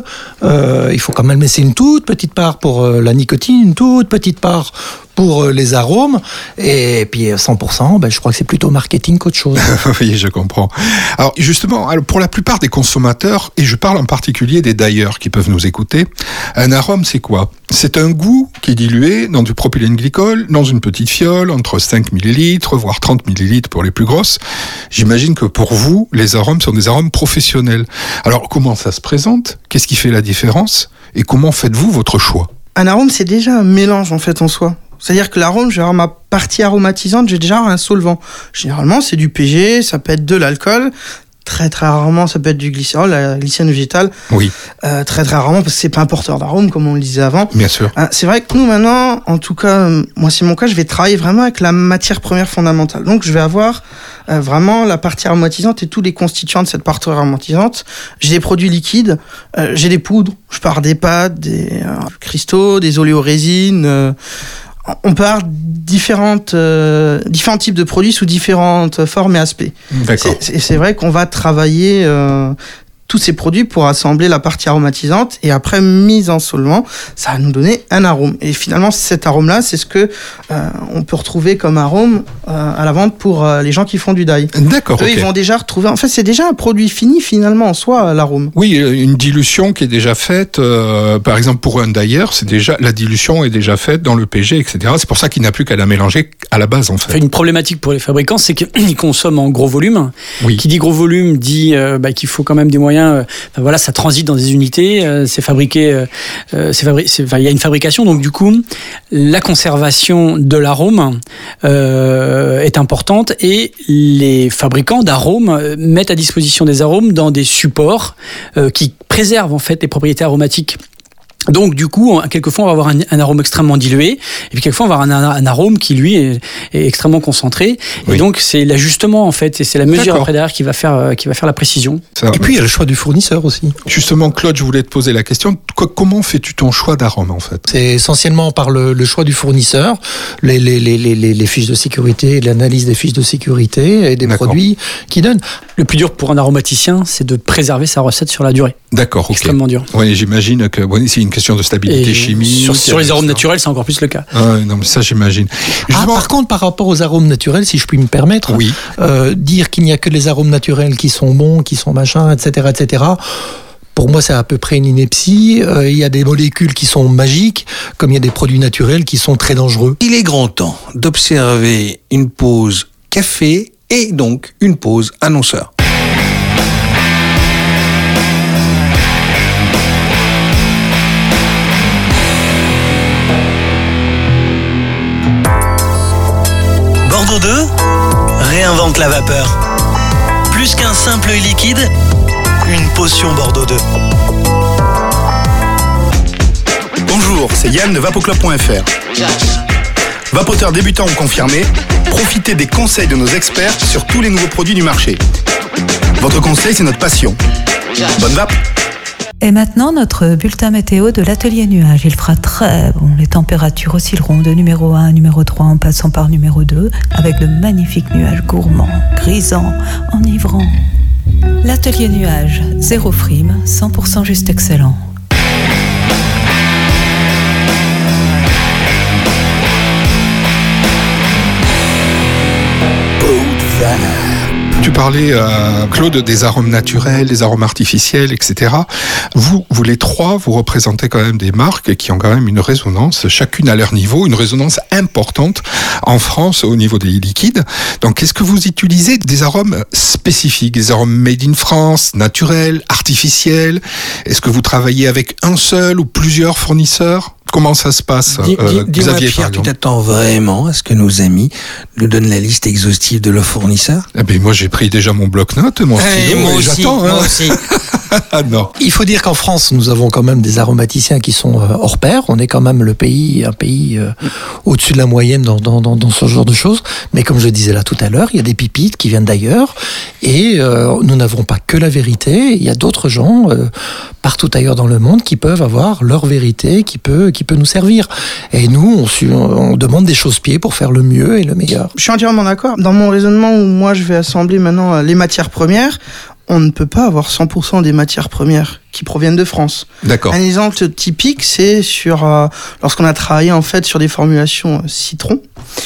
Il faut quand même laisser une toute petite part pour la nicotine, une toute petite part pour les arômes, et puis 100%, je crois que c'est plutôt marketing qu'autre chose. Oui, je comprends. Alors justement, pour la plupart des consommateurs, et je parle en particulier des d'ailleurs qui peuvent nous écouter, un arôme c'est quoi? C'est un goût qui est dilué dans du propylène glycol, dans une petite fiole, entre 5 ml, voire 30 ml pour les plus grosses. J'imagine que pour vous, les arômes sont des arômes professionnels. Alors comment ça se présente? Qu'est-ce qui fait la différence? Et comment faites-vous votre choix? Un arôme, c'est déjà un mélange en fait en soi. C'est-à-dire que l'arôme, je vais avoir ma partie aromatisante, j'ai déjà un solvant. Généralement, c'est du PG, ça peut être de l'alcool. Très très rarement, ça peut être du glycérol, la glycine végétale. Oui. Très très rarement, parce que c'est pas un porteur d'arôme, comme on le disait avant. Bien sûr. C'est vrai que nous maintenant, en tout cas, moi c'est mon cas, je vais travailler vraiment avec la matière première fondamentale. Donc je vais avoir vraiment la partie aromatisante et tous les constituants de cette partie aromatisante. J'ai des produits liquides, j'ai des poudres, je pars des pâtes, des cristaux, des oléorésines. On peut avoir différents types de produits sous différentes formes et aspects. D'accord. C'est vrai qu'on va travailler tous ces produits pour assembler la partie aromatisante et après mise en solvant, ça va nous donner un arôme. Et finalement, cet arôme-là, c'est ce que on peut retrouver comme arôme à la vente pour les gens qui font du dye. D'accord. Eux, ils vont déjà retrouver. En fait, c'est déjà un produit fini finalement en soi, l'arôme. Oui, une dilution qui est déjà faite. Par exemple, pour un dyer, c'est déjà la dilution est déjà faite dans le PG, etc. C'est pour ça qu'il n'a plus qu'à la mélanger à la base, en fait. Une problématique pour les fabricants, c'est qu'ils consomment en gros volume. Oui. Qui dit gros volume dit qu'il faut quand même des moyens. Voilà, ça transite dans des unités, c'est fabriqué, il y a une fabrication, donc du coup, la conservation de l'arôme est importante et les fabricants d'arômes mettent à disposition des arômes dans des supports qui préservent en fait les propriétés aromatiques. Donc du coup, quelquefois on va avoir un arôme extrêmement dilué, et puis quelquefois on va avoir un arôme qui lui est extrêmement concentré. Oui. Et donc c'est l'ajustement en fait, et c'est la mesure après derrière qui va faire la précision. Et puis il y a le choix du fournisseur aussi. Justement, Claude, je voulais te poser la question. Comment fais-tu ton choix d'arôme en fait? C'est essentiellement par le choix du fournisseur, les fiches de sécurité, l'analyse des fiches de sécurité et des produits qui donnent. Le plus dur pour un aromaticien, c'est de préserver sa recette sur la durée. D'accord. Extrêmement dur. Oui, j'imagine que c'est une question de stabilité chimique. Sur les arômes naturels, c'est encore plus le cas. Non, mais ça, j'imagine. Par contre, par rapport aux arômes naturels, si je puis me permettre, dire qu'il n'y a que les arômes naturels qui sont bons, qui sont machins, etc., pour moi, c'est à peu près une ineptie. Il y a des molécules qui sont magiques, comme il y a des produits naturels qui sont très dangereux. Il est grand temps d'observer une pause café et donc une pause annonceur. Bordeaux 2 réinvente la vapeur. Plus qu'un simple liquide, une potion Bordeaux 2. Bonjour, c'est Yann de vapoclub.fr. Vapoteur débutant ou confirmé, profitez des conseils de nos experts sur tous les nouveaux produits du marché. Votre conseil, c'est notre passion. Bonne vape! Et maintenant, notre bulletin météo de l'atelier nuage. Il fera très bon. Les températures oscilleront de numéro 1 à numéro 3 en passant par numéro 2 avec de magnifiques nuages gourmands, grisants, enivrants. L'atelier nuage, 0 frime, 100% juste excellent. Tu parlais, Claude, des arômes naturels, des arômes artificiels, etc. Vous les trois, vous représentez quand même des marques qui ont quand même une résonance, chacune à leur niveau, une résonance importante en France au niveau des liquides. Donc, est-ce que vous utilisez des arômes spécifiques, des arômes made in France, naturels, artificiels? Est-ce que vous travaillez avec un seul ou plusieurs fournisseurs? Comment ça se passe, Dis-moi, Pierre, tu t'attends vraiment à ce que nos amis nous donnent la liste exhaustive de leurs fournisseurs? Eh ben, moi, j'ai pris déjà mon bloc-notes, mon stylo, moi et aussi, j'attends. moi aussi. Ah non. Il faut dire qu'en France, nous avons quand même des aromaticiens qui sont hors pair. On est quand même un pays au-dessus de la moyenne dans ce genre de choses. Mais comme je disais là tout à l'heure, il y a des pépites qui viennent d'ailleurs. Et nous n'avons pas que la vérité. Il y a d'autres gens partout ailleurs dans le monde qui peuvent avoir leur vérité, qui peut nous servir. Et nous, on demande des chausse-pieds pour faire le mieux et le meilleur. Je suis entièrement d'accord. Dans mon raisonnement où moi je vais assembler maintenant les matières premières, on ne peut pas avoir 100% des matières premières qui proviennent de France. D'accord. Un exemple typique, c'est lorsqu'on a travaillé en fait sur des formulations citron.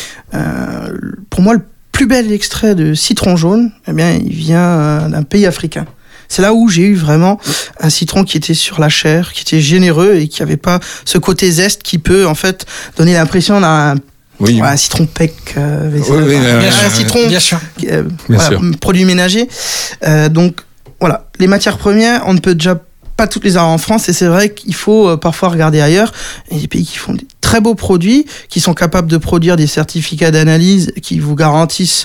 Pour moi, le plus bel extrait de citron jaune, eh bien, il vient d'un pays africain. C'est là où j'ai eu vraiment un citron qui était sur la chair, qui était généreux et qui n'avait pas ce côté zeste qui peut en fait donner l'impression d'un un citron pec, un citron, bien sûr. Produit ménager. Donc voilà, les matières premières, on ne peut déjà pas toutes les avoir en France et c'est vrai qu'il faut parfois regarder ailleurs. Il y a des pays qui font des très beaux produits, qui sont capables de produire des certificats d'analyse qui vous garantissent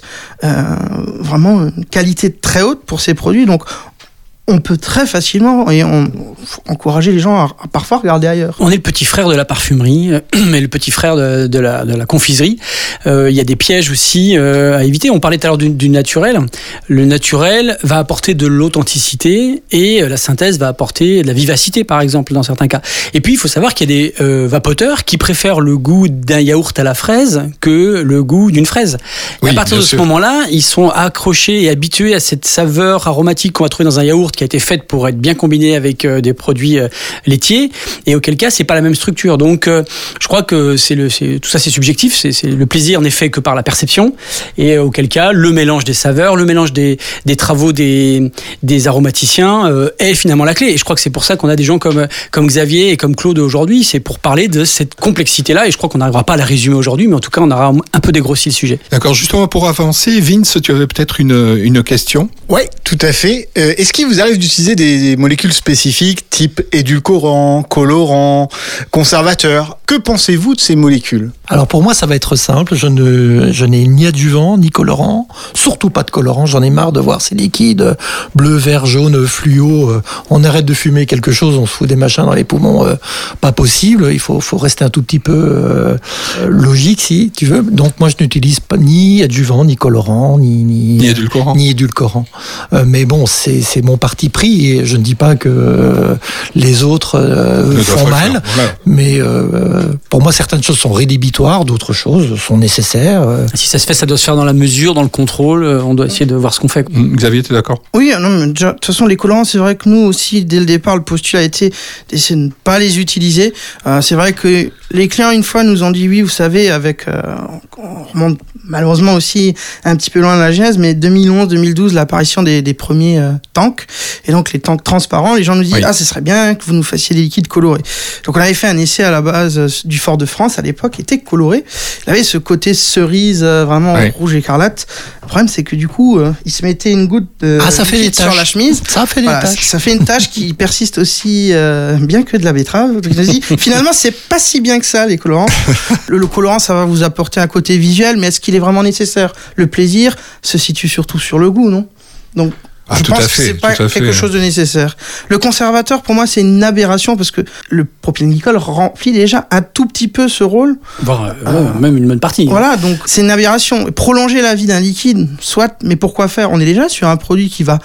vraiment une qualité très haute pour ces produits. Donc on peut très facilement encourager les gens à parfois regarder ailleurs. On est le petit frère de la parfumerie, mais le petit frère de la confiserie. Il y a des pièges aussi à éviter. On parlait tout à l'heure du naturel. Le naturel va apporter de l'authenticité et la synthèse va apporter de la vivacité, par exemple, dans certains cas. Et puis, il faut savoir qu'il y a des vapoteurs qui préfèrent le goût d'un yaourt à la fraise que le goût d'une fraise. Et à partir de ce moment-là, ils sont accrochés et habitués à cette saveur aromatique qu'on va trouver dans un yaourt qui a été faite pour être bien combinée avec des produits laitiers, et auquel cas c'est pas la même structure. Donc je crois que tout ça c'est subjectif, c'est le plaisir n'est fait que par la perception, et auquel cas le mélange des saveurs, le mélange des travaux des aromaticiens est finalement la clé. Et je crois que c'est pour ça qu'on a des gens comme Xavier et comme Claude aujourd'hui, c'est pour parler de cette complexité-là, et je crois qu'on n'arrivera pas à la résumer aujourd'hui, mais en tout cas on aura un peu dégrossi le sujet. D'accord, justement pour avancer, Vince, tu avais peut-être une question? Oui, tout à fait. Est-ce qu'il vous arrive d'utiliser des molécules spécifiques type édulcorant, colorant, conservateur? Que pensez-vous de ces molécules? Alors pour moi, ça va être simple. Je n'ai ni adjuvant, ni colorant. Surtout pas de colorant. J'en ai marre de voir ces liquides bleu, vert, jaune, fluo. On arrête de fumer quelque chose, on se fout des machins dans les poumons. Pas possible. Il faut rester un tout petit peu logique, si tu veux. Donc moi, je n'utilise pas ni adjuvant, ni colorant, ni édulcorant. Mais bon, c'est mon parti pris, et je ne dis pas que les autres font mal. Voilà. Mais pour moi, certaines choses sont rédhibitoires, d'autres choses sont nécessaires. Si ça se fait, ça doit se faire dans la mesure, dans le contrôle. On doit essayer de voir ce qu'on fait. Xavier, tu es d'accord? Oui, non, mais déjà, de toute façon, les colorants, c'est vrai que nous aussi, dès le départ, le postulat a été d'essayer de ne pas les utiliser. C'est vrai que les clients, une fois, nous ont dit oui, vous savez, on remonte malheureusement aussi un petit peu loin de la genèse, mais 2011-2012, l'apparition des premiers tanks, et donc les tanks transparents, les gens nous disent ce serait bien que vous nous fassiez des liquides colorés. Donc on avait fait un essai à la base du Fort de France à l'époque, était coloré. Il avait ce côté cerise vraiment rouge écarlate. Le problème, c'est que du coup, il se mettait une goutte de liquide sur la chemise. Ça fait des taches. Ça fait une tache qui persiste aussi bien que de la betterave. Donc, finalement, c'est pas si bien que ça, les colorants. Le colorant, ça va vous apporter un côté visuel, mais est-ce qu'il est vraiment nécessaire? Le plaisir se situe surtout sur le goût, non? Donc, je pense que c'est pas quelque chose de nécessaire. Le conservateur, pour moi, c'est une aberration parce que le propylène-glycol remplit déjà un tout petit peu ce rôle. Même une bonne partie. Voilà, donc c'est une aberration. Prolonger la vie d'un liquide, soit, mais pourquoi faire? On est déjà sur un produit qui va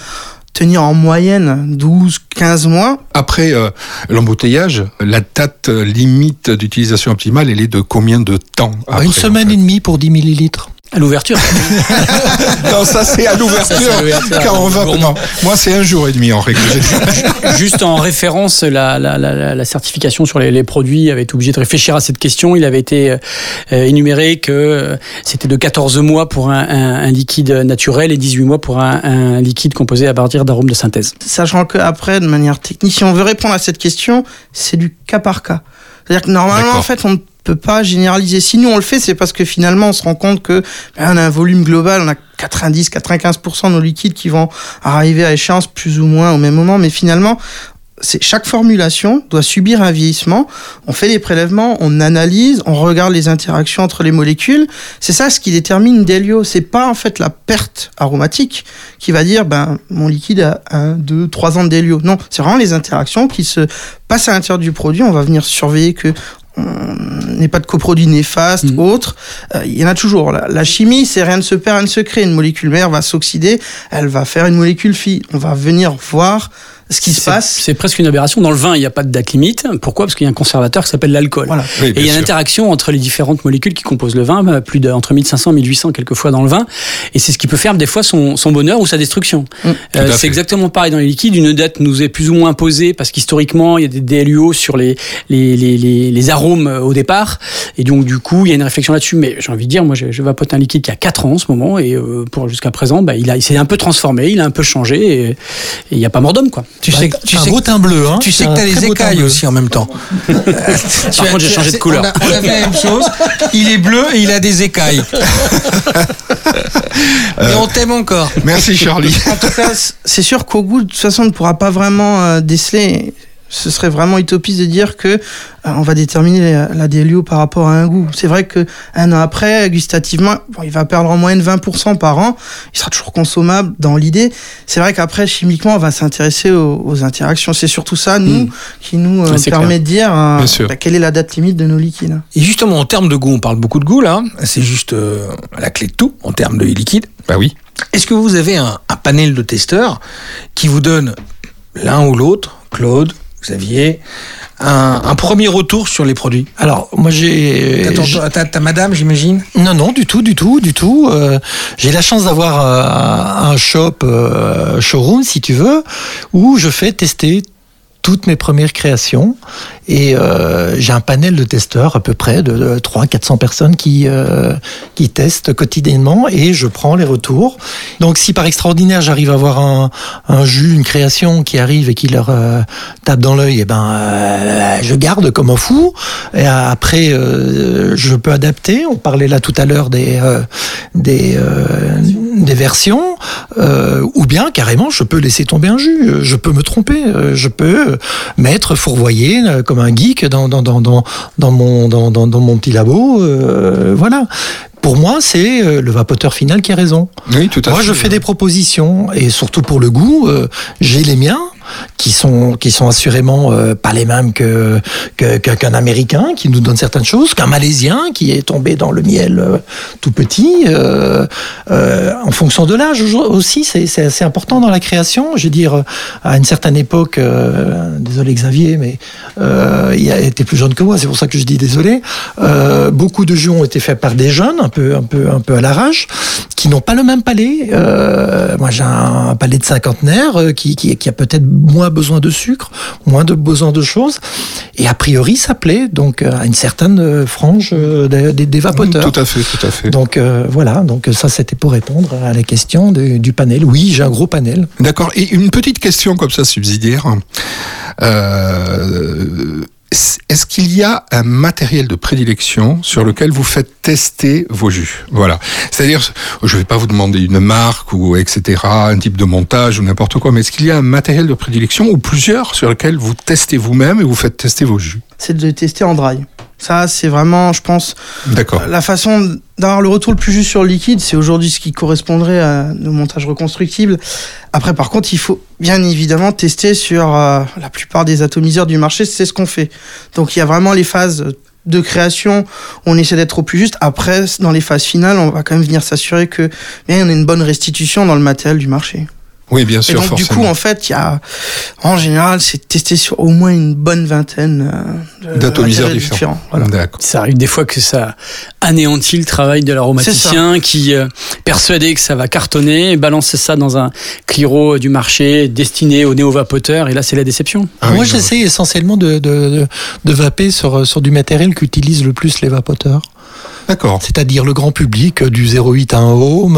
tenir en moyenne 12-15 mois. Après l'embouteillage, la date limite d'utilisation optimale, elle est de combien de temps après, une semaine et demie pour 10 millilitres. À l'ouverture. Non, ça c'est à l'ouverture. Quand on va. Non, moi c'est 1 jour et demi en règle générale. Juste en référence, la certification sur les produits avait été obligée de réfléchir à cette question. Il avait été énuméré que c'était de 14 mois pour un liquide naturel et 18 mois pour un liquide composé à partir d'arômes de synthèse. Sachant qu'après, de manière technique, si on veut répondre à cette question, c'est du cas par cas. C'est-à-dire que normalement, en fait, on ne peut pas généraliser. Si nous on le fait, c'est parce que finalement on se rend compte que on a un volume global, on a 90-95% de nos liquides qui vont arriver à échéance plus ou moins au même moment, mais finalement chaque formulation doit subir un vieillissement. On fait des prélèvements, on analyse, on regarde les interactions entre les molécules. C'est ça ce qui détermine DLIO. C'est pas en fait la perte aromatique qui va dire mon liquide a 1, 2, 3 ans de DLIO. Non, c'est vraiment les interactions qui se passent à l'intérieur du produit. On va venir surveiller que n'est pas de coproduits néfastes, autres. Il y en a toujours. La chimie, c'est rien ne se perd, rien ne se crée. Une molécule mère va s'oxyder, elle va faire une molécule fille. On va venir voir ce qui se passe. C'est presque une aberration. Dans le vin, il n'y a pas de date limite. Pourquoi ? Parce qu'il y a un conservateur qui s'appelle l'alcool. Voilà. Oui, et il y a une interaction entre les différentes molécules qui composent le vin, entre 1500 et 1800 quelquefois dans le vin. Et c'est ce qui peut faire des fois son bonheur ou sa destruction. C'est exactement pareil dans les liquides. Une date nous est plus ou moins imposée parce qu'historiquement, il y a des DLUO sur les arômes au départ. Et donc, du coup, il y a une réflexion là-dessus. Mais j'ai envie de dire, moi, je vapote un liquide qui a 4 ans en ce moment. Et jusqu'à présent, il s'est un peu transformé, il a un peu changé. Et il n'y a pas mort d'homme, quoi. Tu sais beau teint bleu, hein. Tu sais que t'as des écailles aussi en même temps. Par contre, j'ai changé de couleur. On a fait la même chose. Il est bleu et il a des écailles. Et on t'aime encore. Merci Charlie. En tout cas, c'est sûr qu'au goût, de toute façon, on ne pourra pas vraiment déceler. Ce serait vraiment utopiste de dire que on va déterminer la DLUO par rapport à un goût. C'est vrai que 1 an après, gustativement, il va perdre en moyenne 20% par an. Il sera toujours consommable dans l'idée. C'est vrai qu'après, chimiquement, on va s'intéresser aux interactions. C'est surtout ça, qui nous permet de dire quelle est la date limite de nos liquides. Et justement, en termes de goût, on parle beaucoup de goût là. C'est juste la clé de tout en termes de liquide. Bah oui. Est-ce que vous avez un panel de testeurs qui vous donne l'un ou l'autre, Claude, Xavier, un premier retour sur les produits? Alors, moi T'as madame, j'imagine? Non, du tout. J'ai la chance d'avoir un showroom, si tu veux, où je fais tester toutes mes premières créations. Et j'ai un panel de testeurs à peu près de 300-400 personnes qui testent quotidiennement et je prends les retours. Donc si par extraordinaire j'arrive à avoir un jus, une création qui arrive et qui leur tape dans l'œil, je garde comme un fou. Et après je peux adapter. On parlait là tout à l'heure des versions, ou bien carrément je peux laisser tomber un jus. Je peux me tromper. Je peux fourvoyer comme un geek dans mon petit labo, voilà. Pour moi, c'est le vapoteur final qui a raison. Oui, tout à fait. Moi, je fais des propositions et surtout pour le goût, j'ai les miens qui sont assurément pas les mêmes qu'un Américain qui nous donne certaines choses, qu'un Malaisien qui est tombé dans le miel tout petit. En fonction de l'âge aussi, c'est assez important dans la création. Je veux dire, à une certaine époque, désolé Xavier, mais il a été plus jeune que moi, c'est pour ça que je dis désolé. Beaucoup de jus ont été faits par des jeunes, un peu à l'arrache, qui n'ont pas le même palais. Moi, j'ai un palais de cinquantenaire qui a peut-être moins besoin de sucre, moins besoin de choses, et a priori ça plaît donc à une certaine frange des vapoteurs. Tout à fait. Donc voilà, donc ça c'était pour répondre à la question du panel. Oui, j'ai un gros panel. D'accord. Et une petite question comme ça subsidiaire. Est-ce qu'il y a un matériel de prédilection sur lequel vous faites tester vos jus? Voilà. C'est-à-dire, je ne vais pas vous demander une marque ou etc., un type de montage ou n'importe quoi, mais est-ce qu'il y a un matériel de prédilection ou plusieurs sur lequel vous testez vous-même et vous faites tester vos jus? C'est de tester en dry. Ça, c'est vraiment, je pense, la façon d'avoir le retour le plus juste sur le liquide, c'est aujourd'hui ce qui correspondrait à nos montages reconstructibles. Après, par contre, il faut bien évidemment tester sur la plupart des atomiseurs du marché, c'est ce qu'on fait. Donc, il y a vraiment les phases de création, on essaie d'être au plus juste. Après, dans les phases finales, on va quand même venir s'assurer que on a une bonne restitution dans le matériel du marché. Oui, bien sûr. Et donc, forcément. du coup, en fait, en général, c'est testé sur au moins une bonne vingtaine d'atomiseurs différents. Voilà. D'accord. Ça arrive des fois que ça anéantit le travail de l'aromaticien qui, persuadé que ça va cartonner, balance ça dans un cliro du marché destiné aux néo-vapoteurs, et là, c'est la déception. Moi, j'essaie essentiellement de vaper sur du matériel qu'utilisent le plus les vapoteurs. D'accord. C'est-à-dire le grand public, du 0,8 à 1 ohm,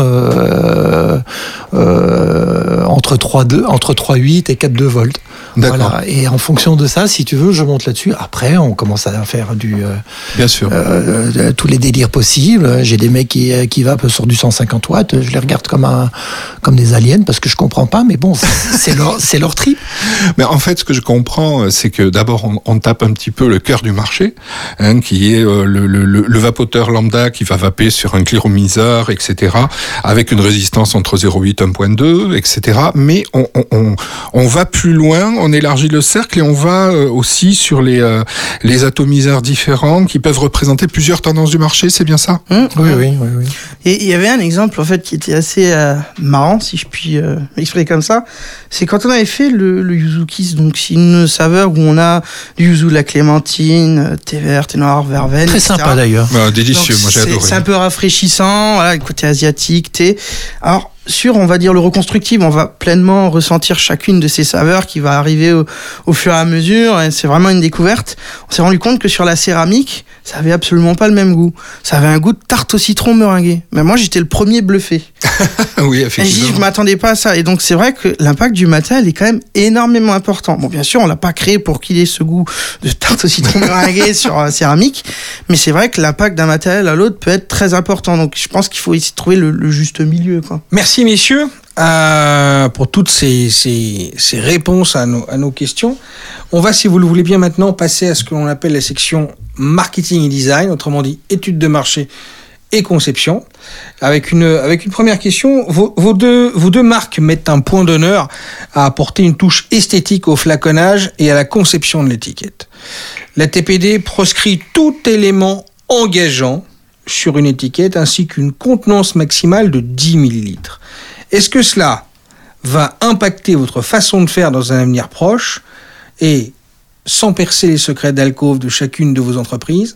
entre 3,8 et 4,2 volts. D'accord. Voilà. Et en fonction de ça, si tu veux, je monte là-dessus. Après, on commence à faire bien sûr. Tous les délires possibles. J'ai des mecs qui vapent sur du 150 watts. Je les regarde comme des aliens parce que je comprends pas. Mais bon, c'est leur trip. Mais en fait, ce que je comprends, c'est que d'abord, on tape un petit peu le cœur du marché, qui est le vapoteur lambda qui va vaper sur un cliromiseur, etc., avec une résistance entre 0,8 et 1,2, etc. Mais on va plus loin, on élargit le cercle et on va aussi sur les atomiseurs différents qui peuvent représenter plusieurs tendances du marché, c'est bien ça ? Oui. Et il y avait un exemple en fait qui était assez marrant, si je puis m'exprimer comme ça. C'est quand on avait fait le Yuzu Kiss, donc c'est une saveur où on a du yuzu, la clémentine, thé vert, thé noir, verveine. Très etc. sympa d'ailleurs. Délicieux, moi j'ai adoré. C'est un peu rafraîchissant, voilà, le côté asiatique, thé. Alors, sur, on va dire, le reconstructible, on va pleinement ressentir chacune de ces saveurs qui va arriver au fur et à mesure. Et c'est vraiment une découverte. On s'est rendu compte que sur la céramique, ça avait absolument pas le même goût. Ça avait un goût de tarte au citron meringuée. Mais moi, j'étais le premier bluffé. Oui, effectivement. Et je m'attendais pas à ça. Et donc, c'est vrai que l'impact du matériel est quand même énormément important. Bon, bien sûr, on l'a pas créé pour qu'il ait ce goût de tarte au citron meringuée sur céramique. Mais c'est vrai que l'impact d'un matériel à l'autre peut être très important. Donc, je pense qu'il faut essayer de trouver le juste milieu, quoi. Merci messieurs pour toutes ces réponses à nos questions. On va, si vous le voulez bien maintenant, passer à ce que l'on appelle la section marketing et design, autrement dit études de marché et conception. Avec une première question, vos deux marques mettent un point d'honneur à apporter une touche esthétique au flaconnage et à la conception de l'étiquette. La TPD proscrit tout élément engageant sur une étiquette ainsi qu'une contenance maximale de 10 millilitres. Est-ce que cela va impacter votre façon de faire dans un avenir proche et, sans percer les secrets d'alcôve de chacune de vos entreprises,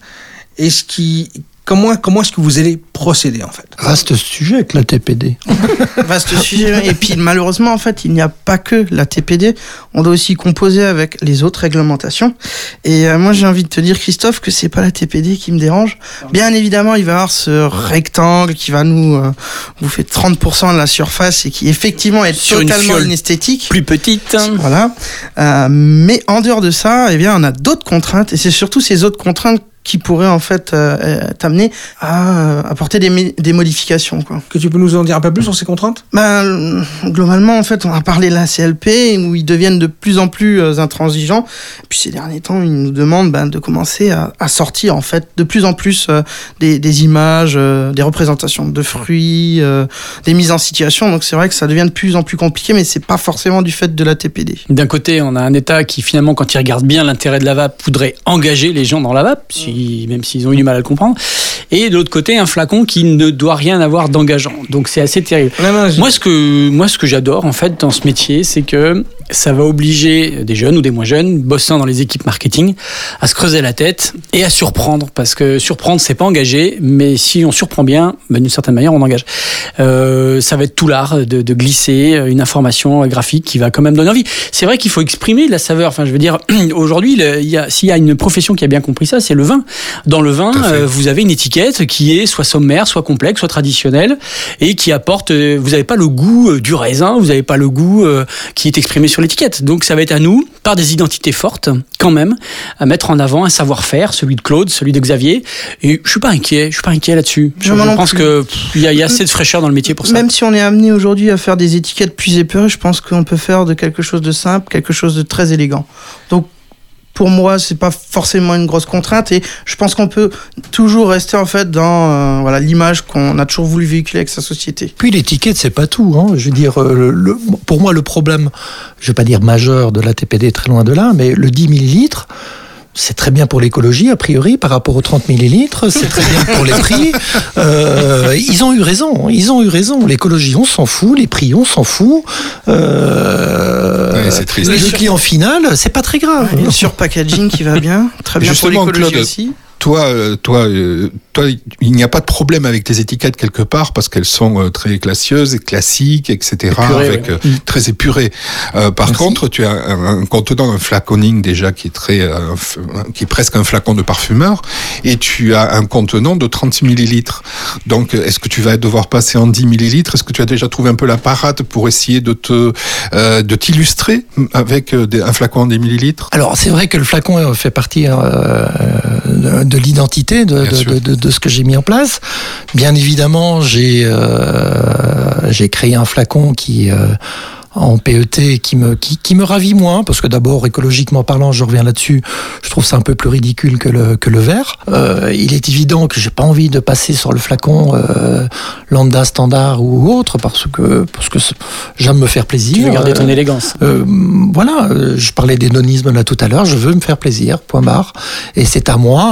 comment est-ce que vous allez procéder en fait ? Vaste sujet avec la TPD. Vaste sujet. Et puis malheureusement, en fait, il n'y a pas que la TPD. On doit aussi composer avec les autres réglementations. Et moi, j'ai envie de te dire, Christophe, que c'est pas la TPD qui me dérange. Bien évidemment, il va y avoir ce rectangle qui va nous bouffer 30% de la surface et qui effectivement est sur totalement inesthétique. Plus petite. Voilà. Mais en dehors de ça, eh bien, on a d'autres contraintes. Et c'est surtout ces autres contraintes qui pourrait en fait t'amener à apporter des modifications, quoi. Que tu peux nous en dire un peu plus sur ces contraintes ? Globalement, en fait, on a parlé de la CLP, où ils deviennent de plus en plus intransigeants. Et puis ces derniers temps, ils nous demandent de commencer à sortir en fait de plus en plus des images, des représentations de fruits, des mises en situation. Donc c'est vrai que ça devient de plus en plus compliqué, mais c'est pas forcément du fait de la TPD. D'un côté, on a un État qui finalement, quand il regarde bien l'intérêt de la vape, voudrait engager les gens dans la vape, même s'ils ont eu du mal à le comprendre. Et de l'autre côté, un flacon qui ne doit rien avoir d'engageant. Donc c'est assez terrible. Moi, ce que j'adore en fait dans ce métier, c'est que ça va obliger des jeunes ou des moins jeunes, bossant dans les équipes marketing, à se creuser la tête et à surprendre. Parce que surprendre, c'est pas engager, mais si on surprend bien, d'une certaine manière, on engage. Ça va être tout l'art de glisser une information graphique qui va quand même donner envie. C'est vrai qu'il faut exprimer de la saveur. Enfin, je veux dire, aujourd'hui, s'il y a une profession qui a bien compris ça, c'est le vin. Dans le vin, vous avez une étiquette qui est soit sommaire, soit complexe, soit traditionnelle, et qui apporte. Vous n'avez pas le goût du raisin, vous n'avez pas le goût qui est exprimé sur l'étiquette. Donc, ça va être à nous, par des identités fortes, quand même, à mettre en avant un savoir-faire, celui de Claude, celui de Xavier. Et je suis pas inquiet là-dessus. Je pense que il y a assez de fraîcheur dans le métier pour ça. Même si on est amené aujourd'hui à faire des étiquettes plus épurées, je pense qu'on peut faire de quelque chose de simple, quelque chose de très élégant. Donc, pour moi, c'est pas forcément une grosse contrainte et je pense qu'on peut toujours rester en fait dans l'image qu'on a toujours voulu véhiculer avec sa société. Puis l'étiquette, c'est pas tout. Je veux dire, pour moi, le problème, je vais pas dire majeur de la TPD, très loin de là, mais le 10 millilitres, C'est très bien pour l'écologie, a priori, par rapport aux 30 millilitres. C'est très bien pour les prix. Ils ont eu raison. L'écologie, on s'en fout. Les prix, on s'en fout. C'est triste. Le client final, c'est pas très grave. Une surpackaging qui va bien. Très bien Justement, pour l'écologie Claude, aussi. Toi, il n'y a pas de problème avec tes étiquettes quelque part parce qu'elles sont très classieuses et classiques, etc. Épurées, Très épurées. Par contre, tu as un contenant, un flaconing déjà qui est qui est presque un flacon de parfumeur, et tu as un contenant de 36 millilitres. Donc, est-ce que tu vas devoir passer en 10 millilitres? Est-ce que tu as déjà trouvé un peu la parade pour essayer de t'illustrer avec un flacon en 10 millilitres? Alors, c'est vrai que le flacon fait partie de l'identité de ce que j'ai mis en place. Bien évidemment, j'ai créé un flacon qui en PET qui me ravit moins, parce que d'abord, écologiquement parlant, je reviens là-dessus, je trouve ça un peu plus ridicule que le verre. Il est évident que j'ai pas envie de passer sur le flacon lambda, standard ou autre, parce que j'aime me faire plaisir. Tu veux garder ton élégance. Voilà, je parlais d'hédonisme là tout à l'heure, je veux me faire plaisir, point barre. Et c'est à moi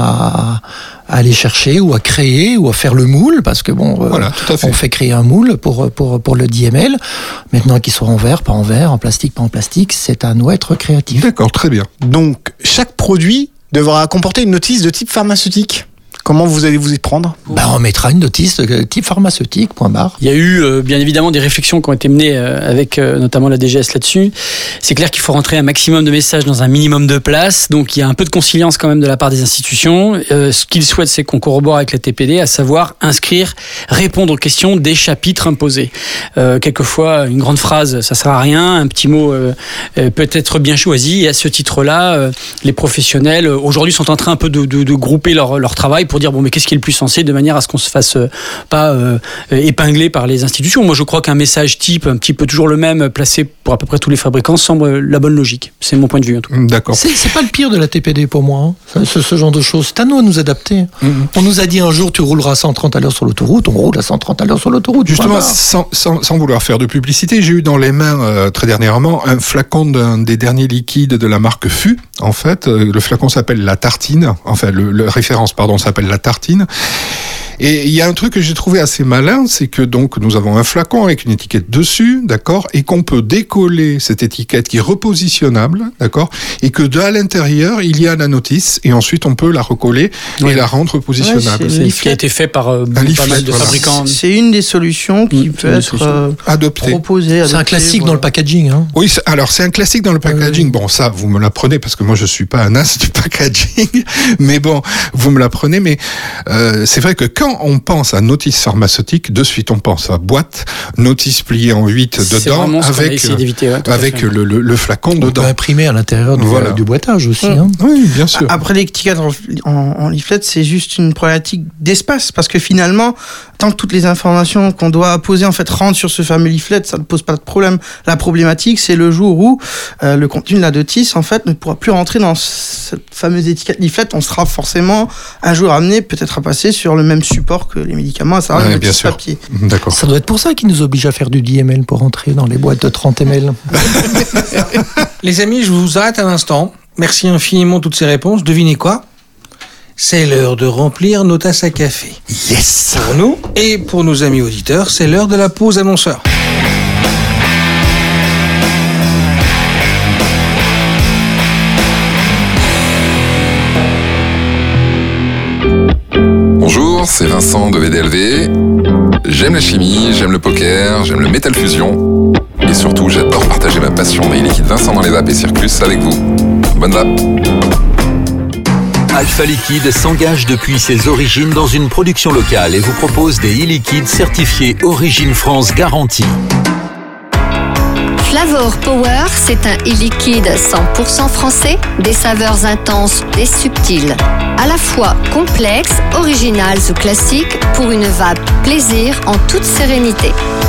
à aller chercher ou à créer ou à faire le moule, parce que voilà, tout à fait. On fait créer un moule pour le 10 ml. Maintenant qu'il soit en verre, pas en verre, en plastique, pas en plastique, c'est à nous être créatifs. D'accord, très bien. Donc, chaque produit devra comporter une notice de type pharmaceutique. Comment vous allez vous y prendre? On mettra une notice de type pharmaceutique, point barre. Il y a eu bien évidemment des réflexions qui ont été menées avec notamment la DGS là-dessus. C'est clair qu'il faut rentrer un maximum de messages dans un minimum de place, donc il y a un peu de conciliance quand même de la part des institutions. Ce qu'ils souhaitent, c'est qu'on corrobore avec la TPD, à savoir inscrire, répondre aux questions des chapitres imposés. Quelquefois, une grande phrase, ça sert à rien, un petit mot peut être bien choisi, et à ce titre-là, les professionnels aujourd'hui sont en train un peu de grouper leur travail pour dire mais qu'est-ce qui est le plus sensé, de manière à ce qu'on se fasse pas épingler par les institutions. Moi, je crois qu'un message type, un petit peu toujours le même, placé pour à peu près tous les fabricants, semble la bonne logique. C'est mon point de vue en tout cas. D'accord. C'est pas le pire de la TPD pour moi, hein. Ce genre de choses. C'est à nous de nous adapter. On nous a dit un jour tu rouleras à 130 à l'heure sur l'autoroute, on roule à 130 à l'heure sur l'autoroute. Justement, sans vouloir faire de publicité, j'ai eu dans les mains très dernièrement un flacon d'un des derniers liquides de la marque Fu. En fait, le flacon s'appelle la tartine. Enfin, le référence, s'appelle la tartine. Et il y a un truc que j'ai trouvé assez malin, c'est que donc nous avons un flacon avec une étiquette dessus, d'accord, et qu'on peut décoller cette étiquette qui est repositionnable, d'accord, et que à l'intérieur il y a la notice, et ensuite on peut la recoller et la rendre repositionnable. C'est ce qui a été fait par pas mal de fabricants. C'est une des solutions qui peut être adoptée. Proposée. C'est un classique dans le packaging. Hein. Oui, alors c'est un classique dans le packaging. Bon, ça vous me l'apprenez parce que moi je suis pas un as du packaging, mais bon, vous me l'apprenez. Mais c'est vrai que quand on pense à notice pharmaceutique, de suite on pense à boîte, notice pliée en 8 dedans, avec le flacon dedans. On peut imprimer à l'intérieur du boitage aussi. Hein. Oui, bien sûr. Après, l'étiquette en leaflet, c'est juste une problématique d'espace, parce que finalement, tant que toutes les informations qu'on doit apposer en fait rentrent sur ce fameux leaflet, ça ne pose pas de problème. La problématique, c'est le jour où le contenu de la notice en fait ne pourra plus rentrer dans cette fameuse étiquette leaflet. On sera forcément un jour amené peut-être à passer sur le même support que les médicaments, à savoir le petit papier. D'accord. Ça doit être pour ça qu'ils nous obligent à faire du 10 ml pour entrer dans les boîtes de 30 ml. Les amis, je vous arrête un instant. Merci infiniment de toutes ces réponses. Devinez quoi? C'est l'heure de remplir nos tasses à café. Yes! Pour nous et pour nos amis auditeurs, c'est l'heure de la pause annonceur. Bonjour, c'est Vincent de VDLV. J'aime la chimie, j'aime le poker, j'aime le métal fusion. Et surtout, j'adore partager ma passion des liquides Vincent dans les vapes et Circus avec vous. Bonne vape. Alpha Liquide s'engage depuis ses origines dans une production locale et vous propose des e-liquides certifiés Origine France Garantie. Flavor Power, c'est un e-liquide 100% français, des saveurs intenses et subtiles. À la fois complexe, originales ou classiques, pour une vape plaisir en toute sérénité.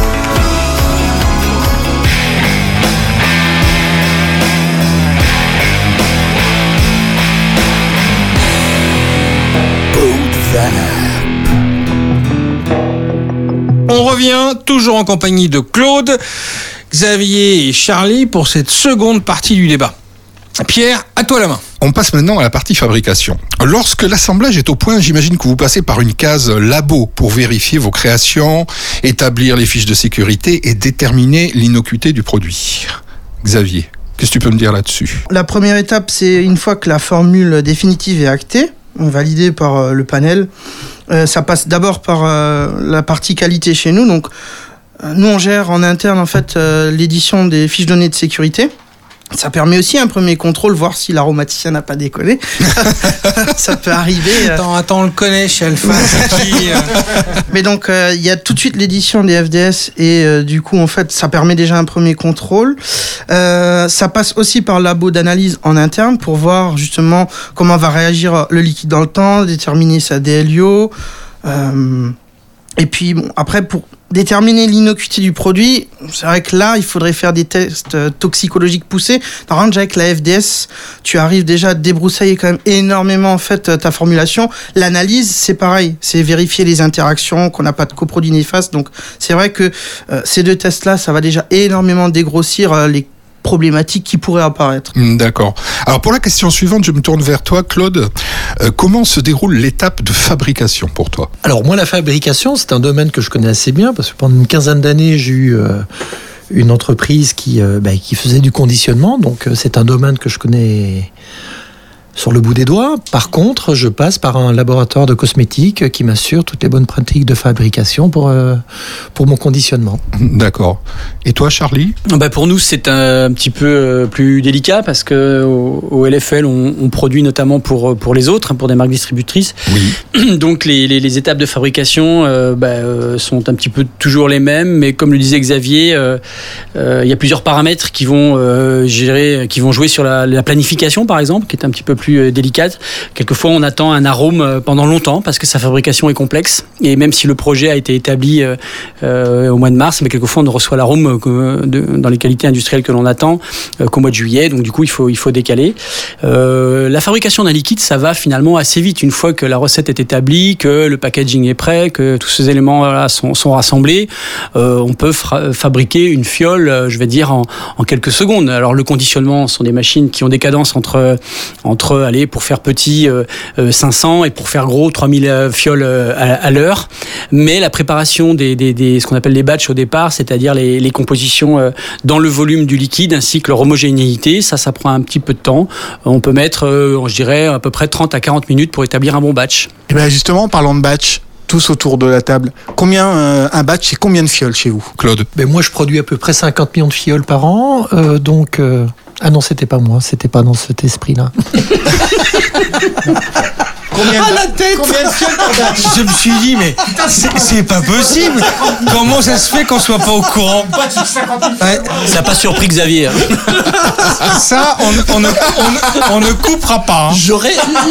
On revient toujours en compagnie de Claude, Xavier et Charlie pour cette seconde partie du débat. Pierre, à toi la main. On passe maintenant à la partie fabrication. Lorsque l'assemblage est au point, j'imagine que vous passez par une case labo pour vérifier vos créations, établir les fiches de sécurité et déterminer l'innocuité du produit. Xavier, qu'est-ce que tu peux me dire là-dessus ? La première étape, c'est une fois que la formule définitive est actée, validée par le panel, ça passe d'abord par la partie qualité chez nous. Donc, nous, on gère en interne en fait l'édition des fiches données de sécurité. Ça permet aussi un premier contrôle, voir si l'aromaticien n'a pas déconné. Ça peut arriver. Attends, on le connaît chez Alpha. Mais donc, il y a tout de suite l'édition des FDS et du coup, en fait, ça permet déjà un premier contrôle. Ça passe aussi par le labo d'analyse en interne pour voir justement comment va réagir le liquide dans le temps, déterminer sa DLIO. Et puis, bon, après, pour déterminer l'innocuité du produit, c'est vrai que là, il faudrait faire des tests toxicologiques poussés. Par contre, avec la FDS, tu arrives déjà à débroussailler quand même énormément en fait ta formulation. L'analyse, c'est pareil, c'est vérifier les interactions, qu'on n'a pas de coproduits néfastes. Donc, c'est vrai que ces deux tests-là, ça va déjà énormément dégrossir les problématiques qui pourraient apparaître. D'accord. Alors pour la question suivante, je me tourne vers toi, Claude. Comment se déroule l'étape de fabrication pour toi ? Alors moi, la fabrication, c'est un domaine que je connais assez bien parce que pendant une quinzaine d'années, j'ai eu une entreprise qui faisait du conditionnement. Donc c'est un domaine que je connais sur le bout des doigts. Par contre, je passe par un laboratoire de cosmétiques qui m'assure toutes les bonnes pratiques de fabrication pour mon conditionnement. D'accord. Et toi, Charlie ? Pour nous, c'est un petit peu plus délicat parce que au LFL, on produit notamment pour les autres, pour des marques distributrices. Oui. Donc les étapes de fabrication sont un petit peu toujours les mêmes, mais comme le disait Xavier, il y a plusieurs paramètres qui vont jouer sur la planification, par exemple, qui est un petit peu plus délicate. Quelquefois, on attend un arôme pendant longtemps parce que sa fabrication est complexe. Et même si le projet a été établi au mois de mars, mais quelquefois, on ne reçoit l'arôme dans les qualités industrielles que l'on attend qu'au mois de juillet. Donc, du coup, il faut décaler. La fabrication d'un liquide, ça va finalement assez vite. Une fois que la recette est établie, que le packaging est prêt, que tous ces éléments sont rassemblés, on peut fabriquer une fiole, je vais dire, en quelques secondes. Alors, le conditionnement sont des machines qui ont des cadences entre pour faire petit 500 et pour faire gros 3000 fioles à l'heure. Mais la préparation des ce qu'on appelle les batchs au départ, c'est-à-dire les compositions dans le volume du liquide ainsi que leur homogénéité, ça prend un petit peu de temps. On peut mettre, je dirais, à peu près 30 à 40 minutes pour établir un bon batch. Et bien justement, parlons de batch. Tous autour de la table. Combien un batch, c'est combien de fioles chez vous, Claude ? Moi, je produis à peu près 50 millions de fioles par an, donc... Ah non, c'était pas moi, c'était pas dans cet esprit-là. Combien de fioles par batch ? Je me suis dit, mais c'est pas possible. Comment ça se fait qu'on soit pas au courant ? Ouais. Ça n'a pas surpris Xavier. Ça, on ne coupera pas. Hein. J'aurais.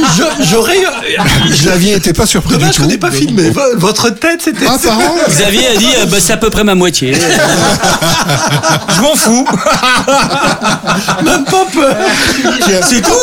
Xavier était pas surpris dommage du tout. qu'on n'ait pas filmé. Votre tête, c'était. Ah, par contre. Xavier a dit, c'est à peu près ma moitié. Je m'en fous. Même pas peur. C'est tout.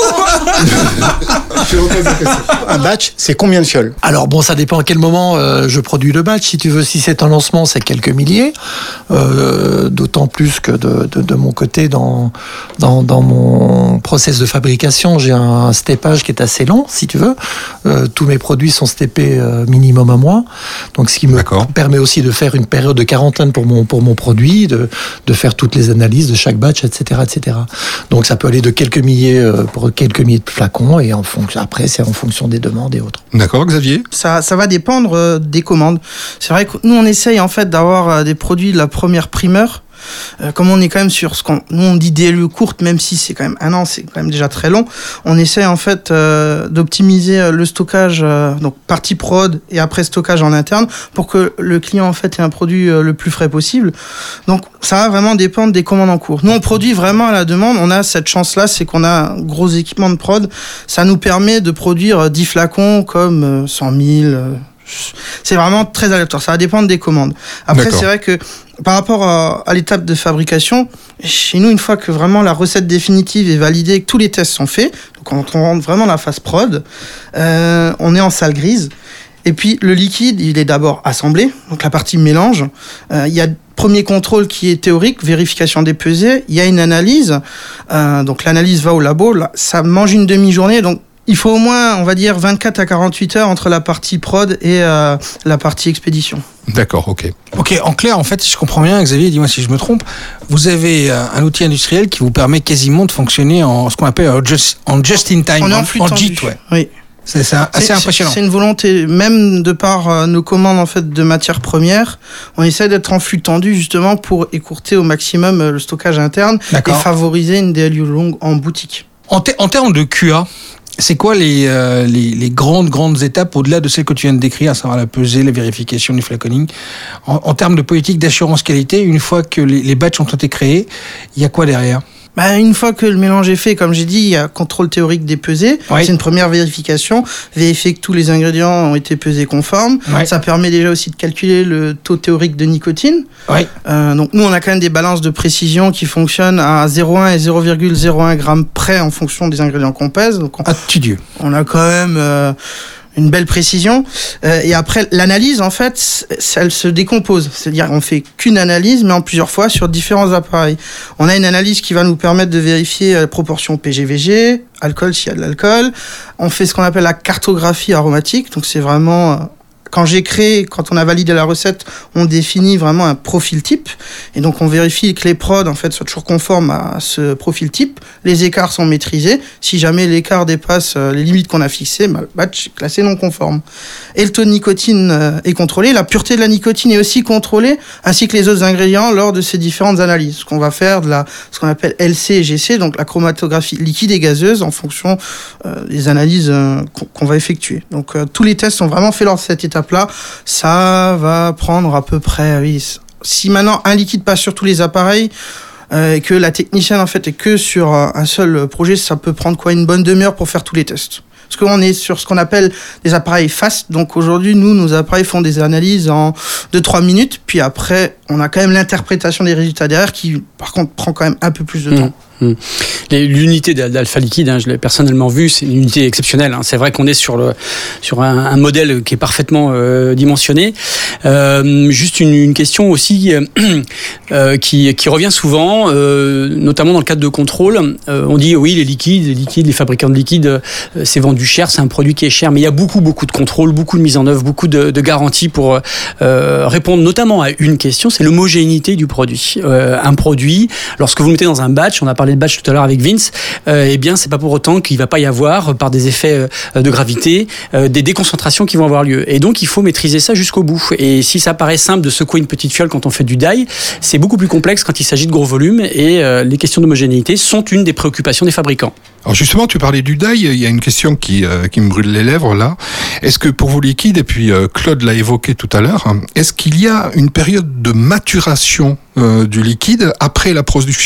Un batch, c'est combien de fioles ? Alors bon, ça dépend à quel moment je produis le batch. Si tu veux, si c'est un lancement, c'est quelques milliers. D'autant plus que de mon côté, dans mon process de fabrication, j'ai un steppage qui est assez long, si tu veux. Tous mes produits sont steppés minimum un mois. Donc ce qui me permet aussi de faire une période de quarantaine pour mon produit, de faire toutes les analyses de chaque batch, etc., etc. Donc ça peut aller de quelques milliers pour quelques milliers de flacons et après c'est en fonction des demandes et autres. D'accord, Xavier ? Ça va dépendre des commandes. C'est vrai que nous, on essaye en fait d'avoir des produits de la première primeur. Comme on est quand même sur nous on dit DLE courte, même si c'est quand même un an, c'est quand même déjà très long. On essaie en fait d'optimiser le stockage, donc partie prod et après stockage en interne, pour que le client en fait ait un produit le plus frais possible. Donc ça va vraiment dépendre des commandes en cours. Nous on produit vraiment à la demande. On a cette chance-là, c'est qu'on a un gros équipement de prod. Ça nous permet de produire 10 flacons comme 100 000. C'est vraiment très aléatoire, ça va dépendre des commandes. Après, c'est vrai que par rapport à l'étape de fabrication, chez nous, une fois que vraiment la recette définitive est validée, que tous les tests sont faits, donc quand on rentre vraiment dans la phase prod, on est en salle grise. Et puis le liquide, il est d'abord assemblé, donc la partie mélange. Il y a premier contrôle qui est théorique, vérification des pesées. Il y a une analyse. Donc l'analyse va au labo. Là, ça mange une demi-journée. Donc il faut au moins, on va dire, 24 à 48 heures entre la partie prod et la partie expédition. D'accord, ok. Ok, en clair, en fait, si je comprends bien, Xavier, dis-moi si je me trompe, vous avez un outil industriel qui vous permet quasiment de fonctionner en ce qu'on appelle en just-in-time, On est en flux tendu. JIT, ouais. Oui. C'est assez impressionnant. C'est une volonté, même de par nos commandes en fait de matières premières, on essaie d'être en flux tendu justement pour écourter au maximum le stockage interne et favoriser une DLU longue en boutique. En termes de QA, c'est quoi les grandes étapes au-delà de celles que tu viens de décrire, à savoir la pesée, la vérification du flaconing, en termes de politique d'assurance qualité, une fois que les batchs ont été créés, il y a quoi derrière ? Une fois que le mélange est fait, comme j'ai dit, il y a contrôle théorique des pesées. Oui. C'est une première vérification. Vérifier que tous les ingrédients ont été pesés conformes. Oui. Ça permet déjà aussi de calculer le taux théorique de nicotine. Oui. Donc nous, on a quand même des balances de précision qui fonctionnent à 0,1 et 0,01 g près en fonction des ingrédients qu'on pèse. Donc on a quand même... une belle précision. Et après, l'analyse, en fait, elle se décompose. C'est-à-dire, on fait qu'une analyse, mais en plusieurs fois sur différents appareils. On a une analyse qui va nous permettre de vérifier la proportion PGVG, alcool s'il y a de l'alcool. On fait ce qu'on appelle la cartographie aromatique. Donc, c'est vraiment... Quand on a validé la recette, on définit vraiment un profil type. Et donc, on vérifie que les prods, en fait, soient toujours conformes à ce profil type. Les écarts sont maîtrisés. Si jamais l'écart dépasse les limites qu'on a fixées, le batch est classé non conforme. Et le taux de nicotine est contrôlé. La pureté de la nicotine est aussi contrôlée, ainsi que les autres ingrédients lors de ces différentes analyses. Ce qu'on va faire ce qu'on appelle LC et GC, donc la chromatographie liquide et gazeuse, en fonction des analyses qu'on va effectuer. Donc, tous les tests sont vraiment faits lors de cette étape là, ça va prendre à peu près, si maintenant un liquide passe sur tous les appareils, que la technicienne en fait est que sur un seul projet, ça peut prendre une bonne demi-heure pour faire tous les tests. Parce qu'on est sur ce qu'on appelle des appareils fast. Donc aujourd'hui, nos appareils font des analyses en 2-3 minutes. Puis après, on a quand même l'interprétation des résultats derrière qui, par contre, prend quand même un peu plus de temps. L'unité d'Alpha Liquide, je l'ai personnellement vue, c'est une unité exceptionnelle. C'est vrai qu'on est sur un modèle qui est parfaitement dimensionné. Juste une question aussi qui revient souvent, notamment dans le cadre de contrôle. On dit oui, les liquides, les fabricants de liquides, c'est vendu cher, c'est un produit qui est cher, mais il y a beaucoup de contrôle, beaucoup de mise en œuvre, beaucoup de garanties pour répondre notamment à une question, c'est l'homogénéité du produit. Un produit, lorsque vous le mettez dans un batch, on a parlé de batch tout à l'heure avec Vince, eh bien c'est pas pour autant qu'il va pas y avoir, par des effets de gravité, des déconcentrations qui vont avoir lieu. Et donc il faut maîtriser ça jusqu'au bout. Et si ça paraît simple de secouer une petite fiole quand on fait du die, c'est beaucoup plus complexe quand il s'agit de gros volumes, et les questions d'homogénéité sont une des préoccupations des fabricants. Alors justement, tu parlais du die, il y a une question qui me brûle les lèvres là. Est-ce que pour vos liquides, et puis Claude l'a évoqué tout à l'heure, est-ce qu'il y a une période de maturation du liquide après la production ?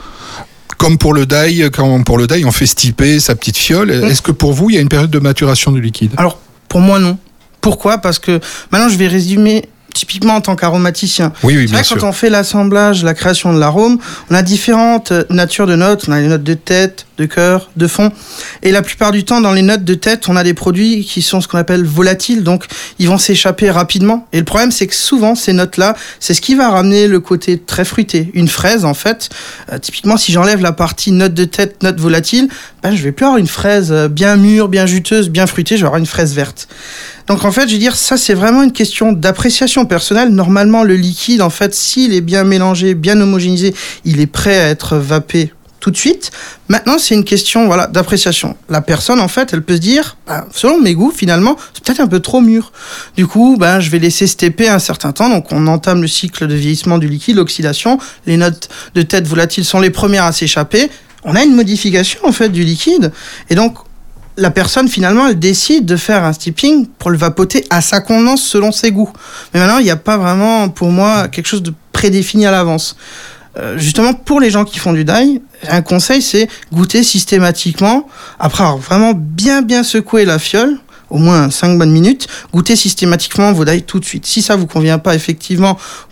Comme pour le die, on fait stiper sa petite fiole. Est-ce que pour vous, il y a une période de maturation du liquide ? Alors, pour moi, non. Pourquoi ? Parce que maintenant, je vais résumer typiquement en tant qu'aromaticien. Oui, bien sûr. Quand on fait l'assemblage, la création de l'arôme, on a différentes natures de notes. On a les notes de tête, de cœur, de fond. Et la plupart du temps, dans les notes de tête, on a des produits qui sont ce qu'on appelle volatiles. Donc, ils vont s'échapper rapidement. Et le problème, c'est que souvent, ces notes-là, c'est ce qui va ramener le côté très fruité. Une fraise, en fait, typiquement, si j'enlève la partie note de tête, note volatile, je vais plus avoir une fraise bien mûre, bien juteuse, bien fruitée. Je vais avoir une fraise verte. Donc en fait, je veux dire, ça c'est vraiment une question d'appréciation personnelle. Normalement, le liquide, en fait, s'il est bien mélangé, bien homogénéisé, il est prêt à être vapé tout de suite. Maintenant, c'est une question d'appréciation. La personne, en fait, elle peut se dire, selon mes goûts, finalement, c'est peut-être un peu trop mûr. Du coup, je vais laisser stepper un certain temps. Donc, on entame le cycle de vieillissement du liquide, l'oxydation. Les notes de tête volatiles sont les premières à s'échapper. On a une modification, en fait, du liquide. Et donc, la personne, finalement, elle décide de faire un steeping pour le vapoter à sa convenance selon ses goûts. Mais maintenant, il n'y a pas vraiment, pour moi, quelque chose de prédéfini à l'avance. Justement, pour les gens qui font du die, un conseil, c'est goûter systématiquement, après avoir vraiment bien secoué la fiole, au moins 5 bonnes minutes, goûtez systématiquement vos die tout de suite. Si ça vous convient pas, effectivement, vous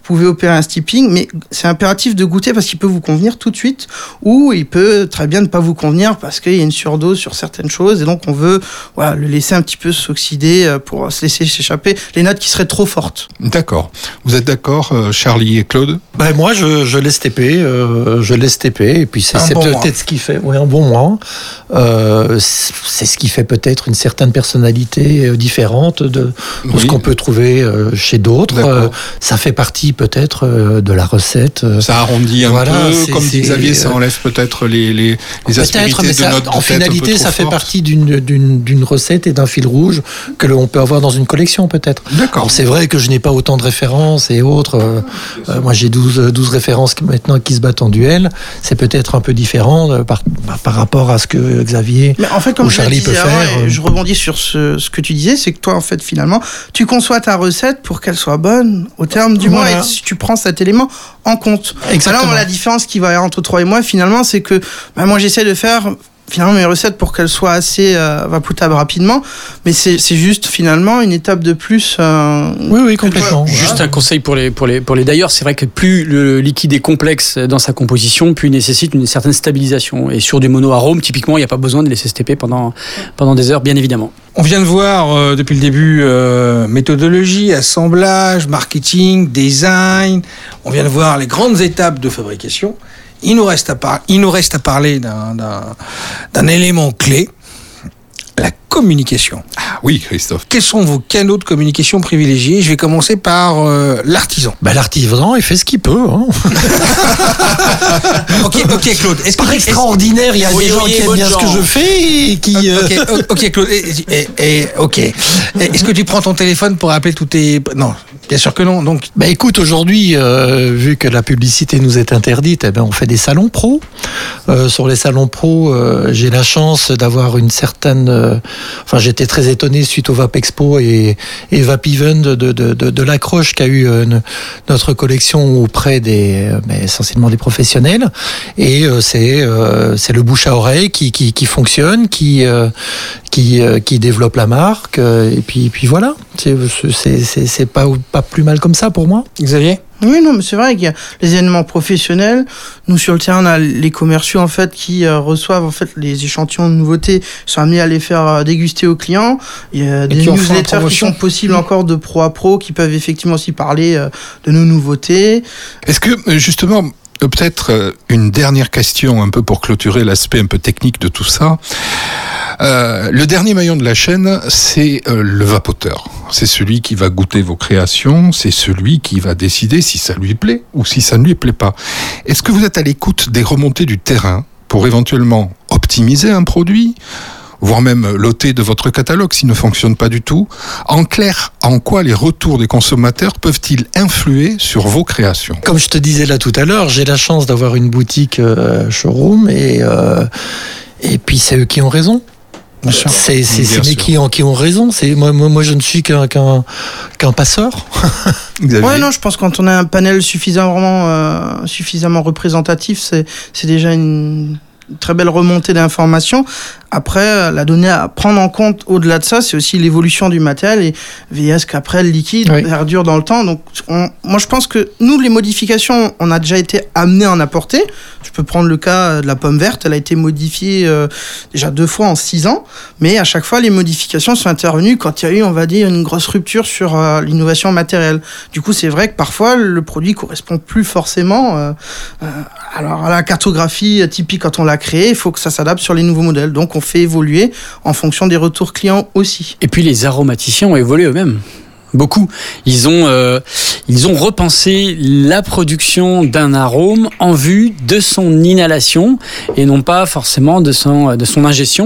pouvez opérer un steeping, mais c'est impératif de goûter parce qu'il peut vous convenir tout de suite, ou il peut très bien ne pas vous convenir parce qu'il y a une surdose sur certaines choses, et donc on veut le laisser un petit peu s'oxyder pour se laisser s'échapper les notes qui seraient trop fortes. D'accord. Vous êtes d'accord, Charlie et Claude ? Moi, je laisse TP, et puis c'est peut-être ce qui fait, un bon mois. C'est ce qui fait peut-être une certaine personnalité différente de ce qu'on peut trouver chez d'autres. Ça fait partie peut-être de la recette. Ça arrondit un peu, comme dit Xavier, ça enlève peut-être les aspérités de notre en finalité, ça fait partie d'une recette et d'un fil rouge que l'on peut avoir dans une collection peut-être. D'accord. Alors, c'est vrai que je n'ai pas autant de références et autres. Moi, j'ai 12 références maintenant qui se battent en duel. C'est peut-être un peu différent par rapport à ce que Xavier mais en fait, comme ou Charlie peut faire. Je rebondis sur ce que tu disais, c'est que toi, en fait, finalement, tu conçois ta recette pour qu'elle soit bonne au terme du mois, et tu prends cet élément en compte. Exactement. Alors, la différence qui va y avoir entre toi et moi, finalement, c'est que moi, j'essaie de faire finalement mes recettes pour qu'elles soient assez vapotables rapidement, mais c'est juste finalement une étape de plus. Oui, complètement. Juste un conseil pour les d'ailleurs, c'est vrai que plus le liquide est complexe dans sa composition, plus il nécessite une certaine stabilisation. Et sur du mono-arôme, typiquement, il n'y a pas besoin de laisser STP pendant des heures, bien évidemment. On vient de voir depuis le début méthodologie, assemblage, marketing, design. On vient de voir les grandes étapes de fabrication. Il nous reste à parler d'un élément clé, la communication. Ah oui, Christophe. Quels sont vos canaux de communication privilégiés ? Je vais commencer par l'artisan. L'artisan, il fait ce qu'il peut. Hein. Ok, Claude. Par extraordinaire, il y a des gens qui aiment bien ce que je fais et qui... Ok, Claude. Ok. Est-ce que tu prends ton téléphone pour appeler tous tes... Non, bien sûr que non. Donc... écoute, aujourd'hui, vu que la publicité nous est interdite, on fait des salons pro. Sur les salons pro, j'ai la chance d'avoir une certaine... j'étais très étonné suite au Vap Expo et Vap Even de l'accroche qu'a eu notre collection auprès essentiellement des professionnels. Et c'est le bouche à oreille qui fonctionne, qui développe la marque. Et puis voilà, c'est pas plus mal comme ça pour moi. Xavier ? Oui, non, mais c'est vrai qu'il y a les événements professionnels. Nous, sur le terrain, on a les commerciaux, en fait, qui reçoivent, en fait, les échantillons de nouveautés, sont amenés à les faire déguster aux clients. Il y a des newsletters qui sont possibles encore de pro à pro, qui peuvent effectivement aussi parler de nos nouveautés. Est-ce que, justement, peut-être une dernière question, un peu pour clôturer l'aspect un peu technique de tout ça. Le dernier maillon de la chaîne, c'est le vapoteur. C'est celui qui va goûter vos créations, c'est celui qui va décider si ça lui plaît ou si ça ne lui plaît pas. Est-ce que vous êtes à l'écoute des remontées du terrain pour éventuellement optimiser un produit, voire même l'ôter de votre catalogue s'il ne fonctionne pas du tout ? En clair, en quoi les retours des consommateurs peuvent-ils influer sur vos créations ? Comme je te disais là tout à l'heure, j'ai la chance d'avoir une boutique showroom et puis c'est eux qui ont raison. C'est mes clients qui ont raison. Moi, je ne suis qu'un passeur. Ouais, non, je pense que quand on a un panel suffisamment représentatif, c'est déjà une très belle remontée d'informations. Après, la donnée à prendre en compte au-delà de ça, c'est aussi l'évolution du matériel et veiller à ce qu'après le liquide perdure dans le temps. Donc, moi, je pense que nous, les modifications, on a déjà été amenés à en apporter. Je peux prendre le cas de la pomme verte. Elle a été modifiée déjà 2 fois en 6 ans. Mais à chaque fois, les modifications sont intervenues quand il y a eu, on va dire, une grosse rupture sur l'innovation matérielle. Du coup, c'est vrai que parfois, le produit correspond plus forcément alors à la cartographie typique quand on l'a créé. Il faut que ça s'adapte sur les nouveaux modèles. Donc, on fait évoluer en fonction des retours clients aussi. Et puis les aromaticiens ont évolué eux-mêmes. Beaucoup. Ils ont repensé la production d'un arôme en vue de son inhalation et non pas forcément de son ingestion.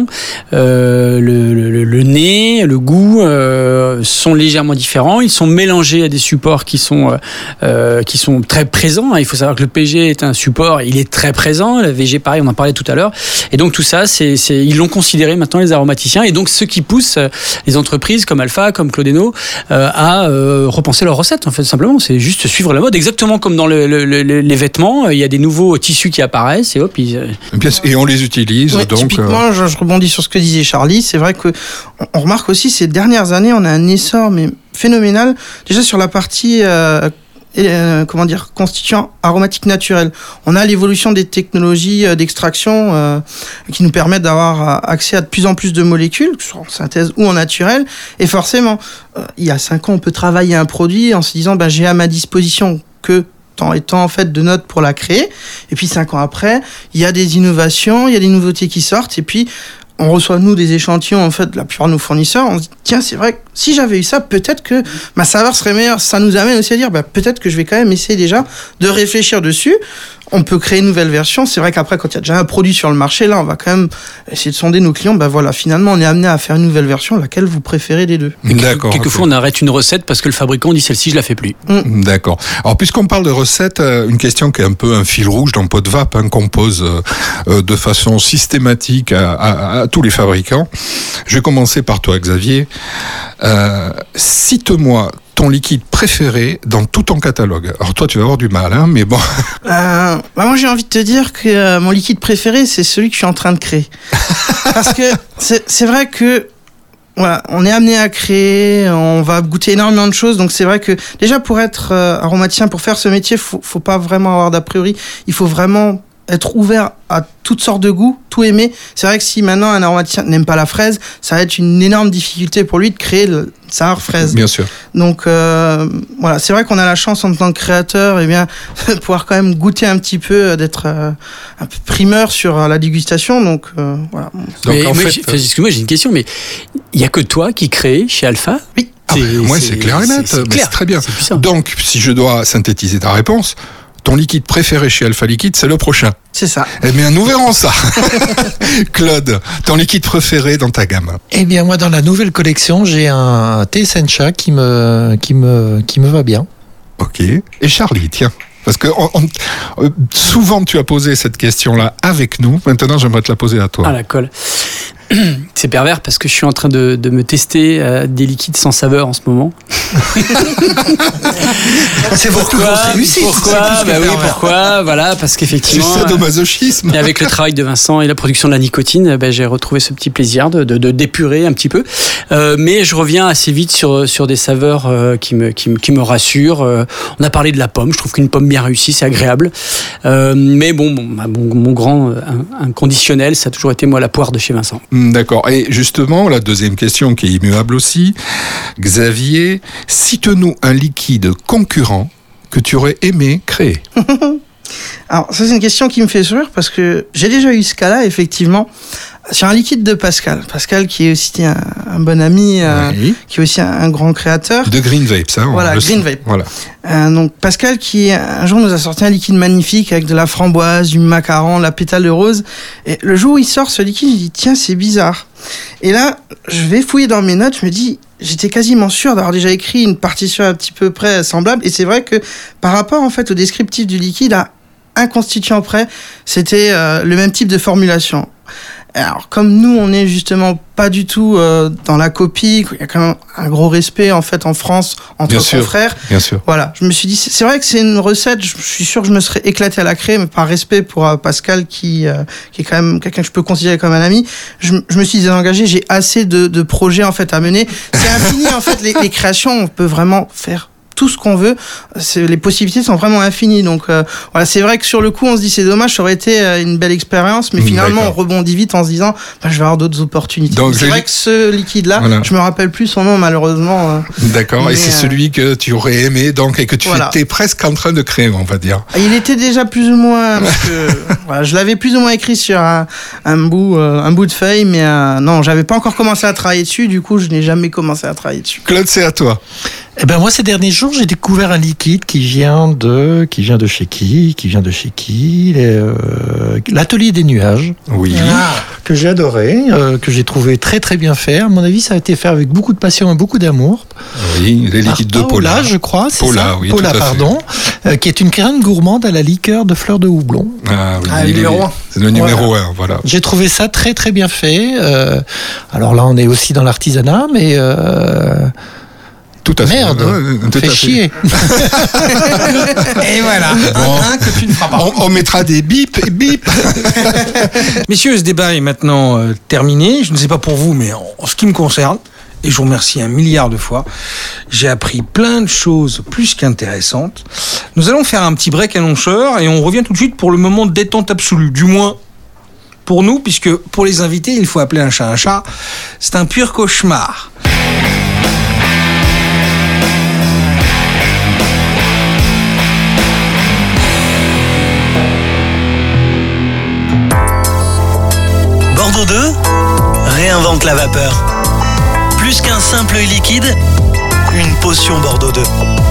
Le nez, le goût sont légèrement différents. Ils sont mélangés à des supports qui sont très présents. Il faut savoir que le PG est un support, il est très présent. Le VG, pareil, on en parlait tout à l'heure. Et donc tout ça, ils l'ont considéré maintenant les aromaticiens. Et donc ce qui pousse les entreprises comme Alpha, comme Claudeno, à repenser leurs recettes, en fait, simplement. C'est juste suivre la mode, exactement comme dans les vêtements. Il y a des nouveaux tissus qui apparaissent et hop, et on les utilise. Ouais, donc, typiquement, je rebondis sur ce que disait Charlie. C'est vrai que on remarque aussi ces dernières années, on a un essor mais phénoménal. Déjà sur la partie constituants aromatiques naturels. On a l'évolution des technologies d'extraction qui nous permettent d'avoir accès à de plus en plus de molécules, que ce soit en synthèse ou en naturel. Et forcément, il y a 5 ans, on peut travailler un produit en se disant j'ai à ma disposition que tant et tant en fait de notes pour la créer. Et puis 5 ans après, il y a des innovations, il y a des nouveautés qui sortent. Et puis on reçoit nous des échantillons en fait de la plupart de nos fournisseurs. On se dit tiens, c'est vrai que si j'avais eu ça, peut-être que ma saveur serait meilleure. Ça nous amène aussi à dire peut-être que je vais quand même essayer déjà de réfléchir dessus. On peut créer une nouvelle version. C'est vrai qu'après, quand il y a déjà un produit sur le marché, là, on va quand même essayer de sonder nos clients. Voilà, finalement, on est amené à faire une nouvelle version. Laquelle vous préférez des deux? D'accord. Quelquefois, on arrête une recette parce que le fabricant dit celle-ci, je la fais plus. D'accord. Alors, puisqu'on parle de recettes, une question qui est un peu un fil rouge dans Pot de Vape, qu'on pose de façon systématique à tous les fabricants. Je vais commencer par toi, Xavier. Cite-moi ton liquide préféré dans tout ton catalogue. Alors toi, tu vas avoir du mal, mais bon. Moi, j'ai envie de te dire que mon liquide préféré, c'est celui que je suis en train de créer. Parce que c'est vrai que voilà, on est amené à créer, on va goûter énormément de choses. Donc c'est vrai que déjà pour être aromaticien, pour faire ce métier, faut pas vraiment avoir d'a priori. Il faut vraiment être ouvert à toutes sortes de goûts, tout aimer. C'est vrai que si maintenant un aromaticien n'aime pas la fraise, ça va être une énorme difficulté pour lui de créer le saveur fraise. Bien sûr. Donc voilà, c'est vrai qu'on a la chance en tant que créateur de pouvoir quand même goûter un petit peu, d'être un peu primeur sur la dégustation. Donc voilà. Mais excuse-moi, j'ai une question, mais il y a que toi qui crée chez Alpha? Oui. Moi, c'est clair et net. C'est très bien. Donc, si je dois synthétiser ta réponse, ton liquide préféré chez Alpha Liquide, c'est le prochain. C'est ça. Eh bien, nous verrons ça. Claude, ton liquide préféré dans ta gamme? Eh bien, moi, dans la nouvelle collection, j'ai un thé sencha qui me va bien. Ok. Et Charlie, tiens. Parce que souvent, tu as posé cette question-là avec nous. Maintenant, j'aimerais te la poser à toi. Ah, la colle. C'est pervers parce que je suis en train de me tester des liquides sans saveur en ce moment. C'est pourquoi réussite. Pourquoi pourquoi voilà, parce qu'effectivement, c'est sadomasochisme. Et avec le travail de Vincent et la production de la nicotine, j'ai retrouvé ce petit plaisir de d'épurer un petit peu. Mais je reviens assez vite sur des saveurs qui me rassurent. On a parlé de la pomme. Je trouve qu'une pomme bien réussie, c'est agréable. Mais mon grand inconditionnel, ça a toujours été moi la poire de chez Vincent. D'accord. Et justement, la deuxième question qui est immuable aussi, Xavier, cite-nous un liquide concurrent que tu aurais aimé créer. Alors, ça, c'est une question qui me fait sourire parce que j'ai déjà eu ce cas-là, effectivement, sur un liquide de Pascal. Pascal, qui est aussi un bon ami, qui est aussi un grand créateur. De Green Vape, ça. Voilà, Green Vape. Voilà. Donc, Pascal, qui un jour nous a sorti un liquide magnifique avec de la framboise, du macaron, la pétale de rose. Et le jour où il sort ce liquide, je dis, tiens, c'est bizarre. Et là, je vais fouiller dans mes notes, je me dis, j'étais quasiment sûr d'avoir déjà écrit une partition un petit peu près semblable. Et c'est vrai que par rapport, en fait, au descriptif du liquide, à un constituant près, c'était le même type de formulation. Alors, comme nous, on n'est justement pas du tout dans la copie, il y a quand même un gros respect, en fait, en France, entre confrères. Bien sûr. Voilà, je me suis dit, c'est vrai que c'est une recette, je suis sûr que je me serais éclaté à la créer, mais par respect pour Pascal, qui est quand même quelqu'un que je peux considérer comme un ami, je me suis désengagé, j'ai assez de projets, en fait, à mener. C'est infini, en fait, les créations, on peut vraiment faire tout ce qu'on veut, les possibilités sont vraiment infinies. Donc voilà, c'est vrai que sur le coup, on se dit c'est dommage, ça aurait été une belle expérience, mais finalement on rebondit vite en se disant je vais avoir d'autres opportunités. Donc, c'est vrai que ce liquide-là, je me rappelle plus son nom malheureusement. D'accord, et c'est celui que tu aurais aimé donc et que tu étais presque en train de créer, on va dire. Il était déjà plus ou moins, parce que je l'avais plus ou moins écrit sur un bout de feuille, mais non, j'avais pas encore commencé à travailler dessus, du coup je n'ai jamais commencé à travailler dessus. Claude, c'est à toi. Eh ben moi, ces derniers jours, j'ai découvert un liquide qui vient de chez qui l'Atelier des Nuages. Oui. Que j'ai adoré, que j'ai trouvé très très bien fait. À mon avis, ça a été fait avec beaucoup de passion et beaucoup d'amour. Oui, les liquides de Paula, je crois. Paula, oui, Paula, pardon, qui est une crème gourmande à la liqueur de fleurs de houblon. Ah oui, le numéro 1. C'est le numéro 1, voilà. J'ai trouvé ça très très bien fait. Alors là, on est aussi dans l'artisanat, mais tout à fait. Merde, fais chier. Et voilà, un que tu ne feras pas. On mettra des bips et bip. Messieurs, ce débat est maintenant terminé. Je ne sais pas pour vous, mais en ce qui me concerne, et je vous remercie 1 milliard de fois. J'ai appris plein de choses plus qu'intéressantes. Nous allons faire un petit break annonceur et on revient tout de suite pour le moment de détente absolue, du moins pour nous, puisque pour les invités, il faut appeler un chat un chat. C'est un pur cauchemar. Bordeaux 2 réinvente la vapeur. Plus qu'un simple liquide, une potion Bordeaux 2.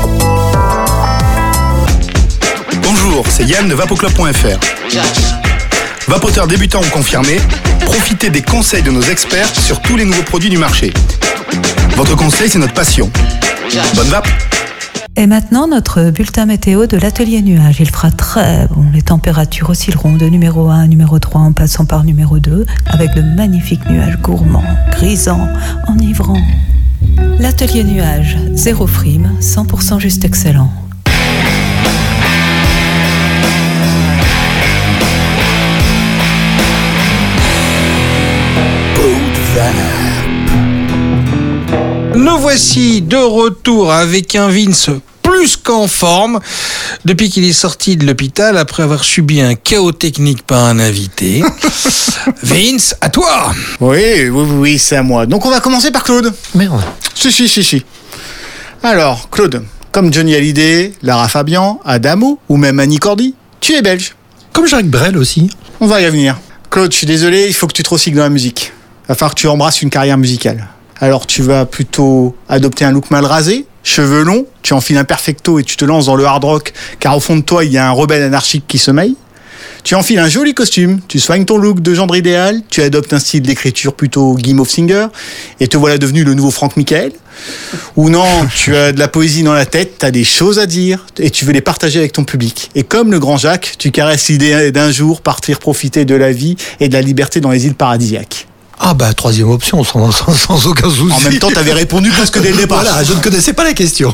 Bonjour, c'est Yann de vapoclub.fr. Vapoteur débutant ou confirmé, profitez des conseils de nos experts sur tous les nouveaux produits du marché. Votre conseil, c'est notre passion. Bonne vape! Et maintenant, notre bulletin météo de l'atelier nuage. Il fera très bon. Les températures oscilleront de numéro 1 à numéro 3 en passant par numéro 2 avec de magnifiques nuages gourmands, grisants, enivrants. L'atelier nuage, 0 frime, 100% juste excellent. Nous voici de retour avec un Vince plus qu'en forme depuis qu'il est sorti de l'hôpital après avoir subi un chaos technique par un invité. Vince, à toi. Oui, c'est à moi. Donc on va commencer par Claude. Merde. Si. Alors, Claude, comme Johnny Hallyday, Lara Fabian, Adamo ou même Annie Cordy, tu es belge. Comme Jacques Brel aussi. On va y revenir. Claude, je suis désolé, il faut que tu te recycles dans la musique. Il va falloir que tu embrasses une carrière musicale. Alors tu vas plutôt adopter un look mal rasé, cheveux longs, tu enfiles un perfecto et tu te lances dans le hard rock car au fond de toi il y a un rebelle anarchique qui sommeille. Tu enfiles un joli costume, tu soignes ton look de gendre idéal, tu adoptes un style d'écriture plutôt Guy Singer et te voilà devenu le nouveau Franck Michael. Ou non, tu as de la poésie dans la tête, tu as des choses à dire et tu veux les partager avec ton public. Et comme le grand Jacques, tu caresses l'idée d'un jour partir profiter de la vie et de la liberté dans les îles paradisiaques. Ah bah, troisième option, sans aucun souci. En même temps, t'avais répondu presque dès le départ. Voilà, je ne connaissais pas la question.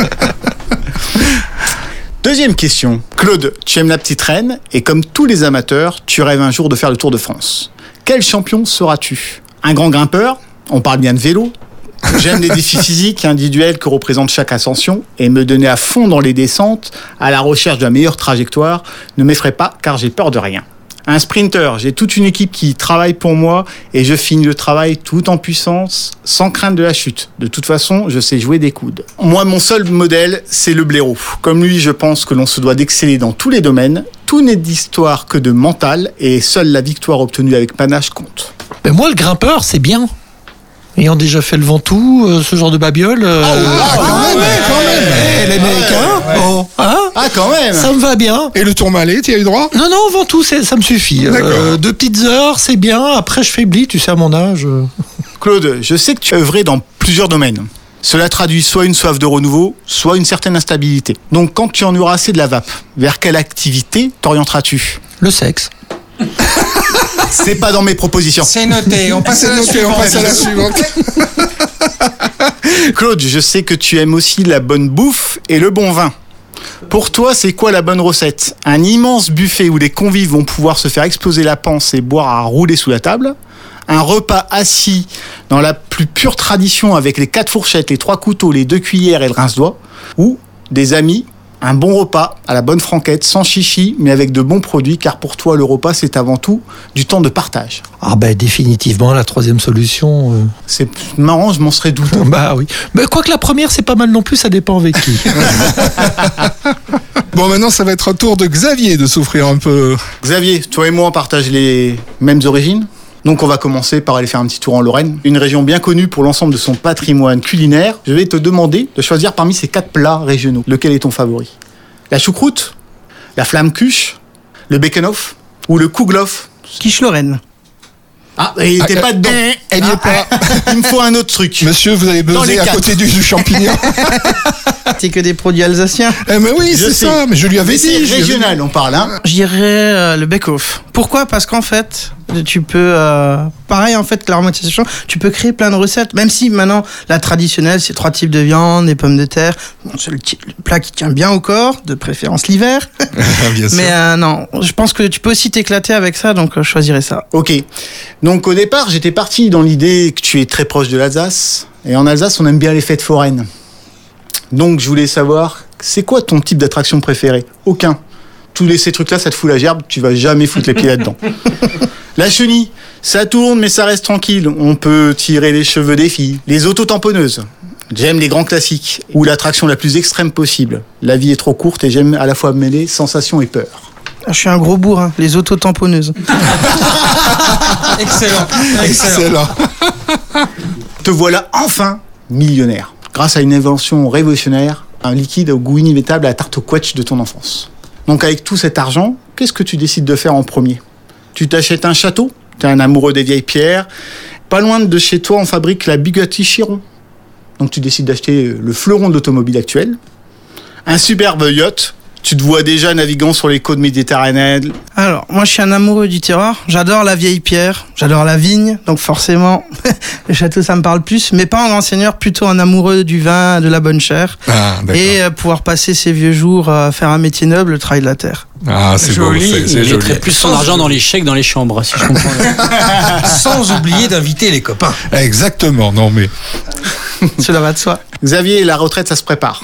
Deuxième question. Claude, tu aimes la petite reine et comme tous les amateurs, tu rêves un jour de faire le Tour de France. Quel champion seras-tu ? Un grand grimpeur ? On parle bien de vélo. J'aime les défis physiques et individuels que représente chaque ascension et me donner à fond dans les descentes, à la recherche de la meilleure trajectoire, ne m'effraie pas car j'ai peur de rien. Un sprinter, j'ai toute une équipe qui travaille pour moi et je finis le travail tout en puissance, sans crainte de la chute. De toute façon, je sais jouer des coudes. Moi, mon seul modèle, c'est le blaireau. Comme lui, je pense que l'on se doit d'exceller dans tous les domaines. Tout n'est d'histoire que de mental et seule la victoire obtenue avec panache compte. Mais moi, le grimpeur, c'est bien. Ayant déjà fait le Ventoux, ce genre de babiole. Quand même. Les mecs, hein, ouais. Bon, hein. Ah, quand même. Ça me va bien. Et le Tourmalet, tu y as eu droit ? Non, Ventoux, ça me suffit. 2 petites heures, c'est bien. Après, je faiblis, tu sais, à mon âge. Claude, je sais que tu as œuvré dans plusieurs domaines. Cela traduit soit une soif de renouveau, soit une certaine instabilité. Donc, quand tu en auras assez de la vape, vers quelle activité t'orienteras-tu ? Le sexe. C'est pas dans mes propositions. C'est noté, on passe à la suivante. Claude, je sais que tu aimes aussi la bonne bouffe et le bon vin. Pour toi, c'est quoi la bonne recette ? Un immense buffet où les convives vont pouvoir se faire exploser la panse et boire à rouler sous la table ? Un repas assis dans la plus pure tradition avec les 4 fourchettes, les 3 couteaux, les 2 cuillères et le rince-doigt ? Ou des amis ? Un bon repas à la bonne franquette, sans chichi, mais avec de bons produits, car pour toi, le repas, c'est avant tout du temps de partage. Ah ben définitivement, la troisième solution. C'est marrant, je m'en serais douté. Bah oui. Mais quoique la première, c'est pas mal non plus, ça dépend avec qui. Bon, maintenant, ça va être un tour de Xavier de souffrir un peu. Xavier, toi et moi, on partage les mêmes origines. Donc on va commencer par aller faire un petit tour en Lorraine, une région bien connue pour l'ensemble de son patrimoine culinaire. Je vais te demander de choisir parmi ces 4 plats régionaux. Lequel est ton favori ? La choucroute, la flamme cuche, le bekenhof ou le kouglof ? Quiche Lorraine. Ah, il était pas dedans. Elle n'y est pas. Il me faut un autre truc. Monsieur, vous avez buzzé à côté du champignon. cité que des produits alsaciens. Mais oui, c'est ça, mais je lui avais dit. C'est régional, on parle, hein. Je dirais le bake-off. Pourquoi ? Parce qu'en fait, tu peux, pareil en fait que l'aromatisation, tu peux créer plein de recettes, même si maintenant, la traditionnelle, c'est 3 types de viande, des pommes de terre. Bon, c'est le plat qui tient bien au corps, de préférence l'hiver. Bien sûr. Mais non, je pense que tu peux aussi t'éclater avec ça, donc je choisirais ça. Ok. Donc au départ, j'étais parti dans l'idée que tu es très proche de l'Alsace. Et en Alsace, on aime bien les fêtes foraines. Donc je voulais savoir, c'est quoi ton type d'attraction préférée ? Aucun. Tous ces trucs-là, ça te fout la gerbe, tu vas jamais foutre les pieds là-dedans. La chenille, ça tourne, mais ça reste tranquille. On peut tirer les cheveux des filles. Les autotamponneuses. J'aime les grands classiques. Ou l'attraction la plus extrême possible. La vie est trop courte et j'aime à la fois mêler sensation et peur. Je suis un gros bourrin, les autotamponneuses. Excellent. Te voilà enfin millionnaire. Grâce à une invention révolutionnaire, un liquide au goût inimitable à la tarte au quetch de ton enfance. Donc avec tout cet argent, qu'est-ce que tu décides de faire en premier ? Tu t'achètes un château ? T'es un amoureux des vieilles pierres. Pas loin de chez toi, on fabrique la Bugatti Chiron. Donc tu décides d'acheter le fleuron de l'automobile actuel. Un superbe yacht. Tu te vois déjà naviguant sur les côtes méditerranéennes. Alors, moi je suis un amoureux du terroir. J'adore la vieille pierre, j'adore la vigne. Donc forcément, le château ça me parle plus. Mais pas en grand seigneur, plutôt un amoureux du vin, de la bonne chair. Et pouvoir passer ses vieux jours à faire un métier noble, le travail de la terre. Ah, c'est joli. Beau, c'est il joli. mettrait plus son argent dans les chèques, dans les chambres, si je comprends bien. Sans oublier d'inviter les copains. Exactement, non mais... Cela va de soi. Xavier, la retraite, ça se prépare.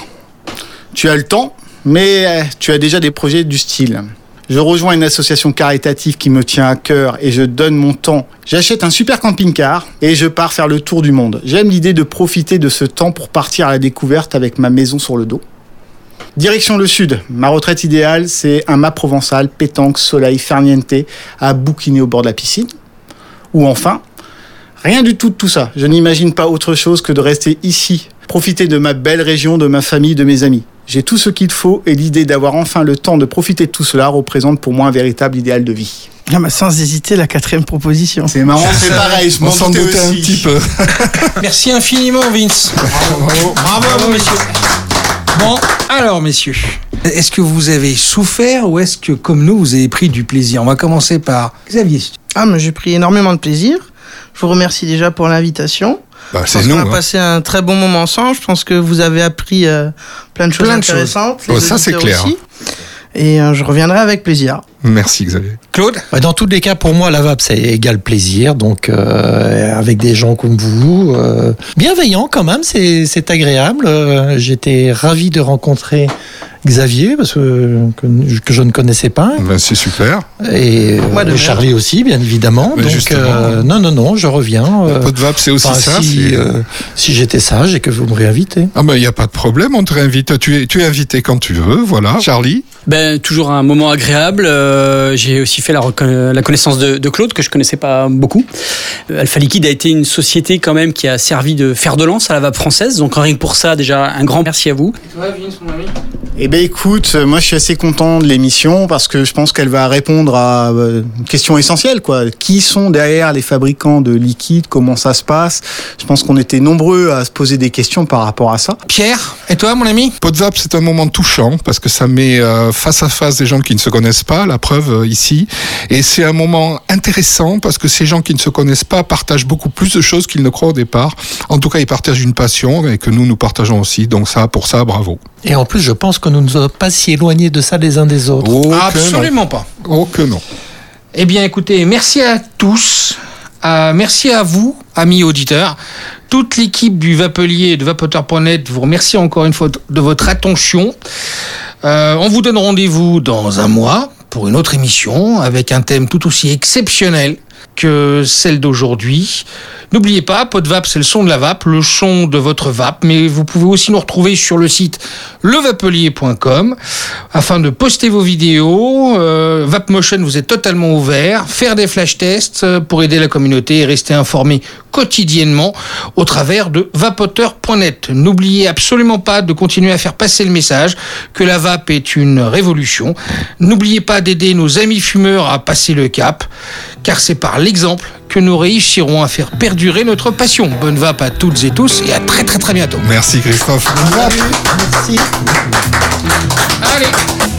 Tu as le temps, mais tu as déjà des projets du style. Je rejoins une association caritative qui me tient à cœur et je donne mon temps. J'achète un super camping-car et je pars faire le tour du monde. J'aime l'idée de profiter de ce temps pour partir à la découverte avec ma maison sur le dos. Direction le sud. Ma retraite idéale, c'est un mât provençal, pétanque, soleil, farniente, à bouquiner au bord de la piscine. Ou enfin, rien du tout de tout ça. Je n'imagine pas autre chose que de rester ici, profiter de ma belle région, de ma famille, de mes amis. J'ai tout ce qu'il faut et l'idée d'avoir enfin le temps de profiter de tout cela représente pour moi un véritable idéal de vie. Ah bah sans hésiter, la 4e proposition. C'est marrant, c'est pareil, je m'en s'en doutais doutait un aussi. petit peu. Merci infiniment, Vince. Bravo à vous, messieurs. Bon, alors, messieurs, est-ce que vous avez souffert ou est-ce que, comme nous, vous avez pris du plaisir ? On va commencer par Xavier. Ah, mais j'ai pris énormément de plaisir. Je vous remercie déjà pour l'invitation. C'est je pense nous. qu'on a passé un très bon moment ensemble. Je pense que vous avez appris plein de choses intéressantes. Oh, ça, c'est clair. Aussi. Et je reviendrai avec plaisir. Merci Xavier. Claude ? Dans tous les cas, pour moi, la VAP, c'est égal plaisir. Donc, avec des gens comme vous, bienveillants quand même, c'est agréable. J'étais ravi de rencontrer Xavier, parce que je ne connaissais pas. Ben, c'est super. Et Charlie aussi, bien évidemment. Ben, donc, non, je reviens. Le pot de vape, c'est aussi ça. Si j'étais sage et que vous me réinvitez. Ah ben, il n'y a pas de problème, on te réinvite. Tu es invité quand tu veux, voilà. Charlie ? Ben, toujours un moment agréable. J'ai aussi fait la connaissance de Claude, que je connaissais pas beaucoup. Alpha Liquide a été une société quand même qui a servi de fer de lance à la vape française. Donc rien que pour ça, déjà, un grand merci à vous. Et toi, Vince, mon ami ? Eh ben écoute, moi je suis assez content de l'émission parce que je pense qu'elle va répondre à une question essentielle, quoi. Qui sont derrière les fabricants de liquide ? Comment ça se passe ? Je pense qu'on était nombreux à se poser des questions par rapport à ça. Pierre, et toi, mon ami ? Pot de vape, c'est un moment touchant parce que ça met face à face des gens qui ne se connaissent pas, la preuve ici. Et c'est un moment intéressant parce que ces gens qui ne se connaissent pas partagent beaucoup plus de choses qu'ils ne croient au départ. En tout cas, ils partagent une passion et que nous partageons aussi. Donc ça, pour ça, bravo. Et en plus, je pense que nous ne sommes pas si éloignés de ça les uns des autres. Absolument pas. Oh que non. Eh bien, écoutez, merci à tous. Merci à vous, amis auditeurs. Toute l'équipe du Vapelier et de Vapoteur.net vous remercie encore une fois de votre attention. On vous donne rendez-vous dans un mois pour une autre émission avec un thème tout aussi exceptionnel que celle d'aujourd'hui. N'oubliez pas, Pot de Vape, c'est le son de la vape, le son de votre vape, mais vous pouvez aussi nous retrouver sur le site levapelier.com afin de poster vos vidéos. VapeMotion vous est totalement ouvert. Faire des flash tests pour aider la communauté et rester informé quotidiennement au travers de vapoteur.net. N'oubliez absolument pas de continuer à faire passer le message que la vape est une révolution. N'oubliez pas d'aider nos amis fumeurs à passer le cap. car c'est par l'exemple que nous réussirons à faire perdurer notre passion. Bonne vape à toutes et tous et à très très très bientôt. Merci Christophe. Allez.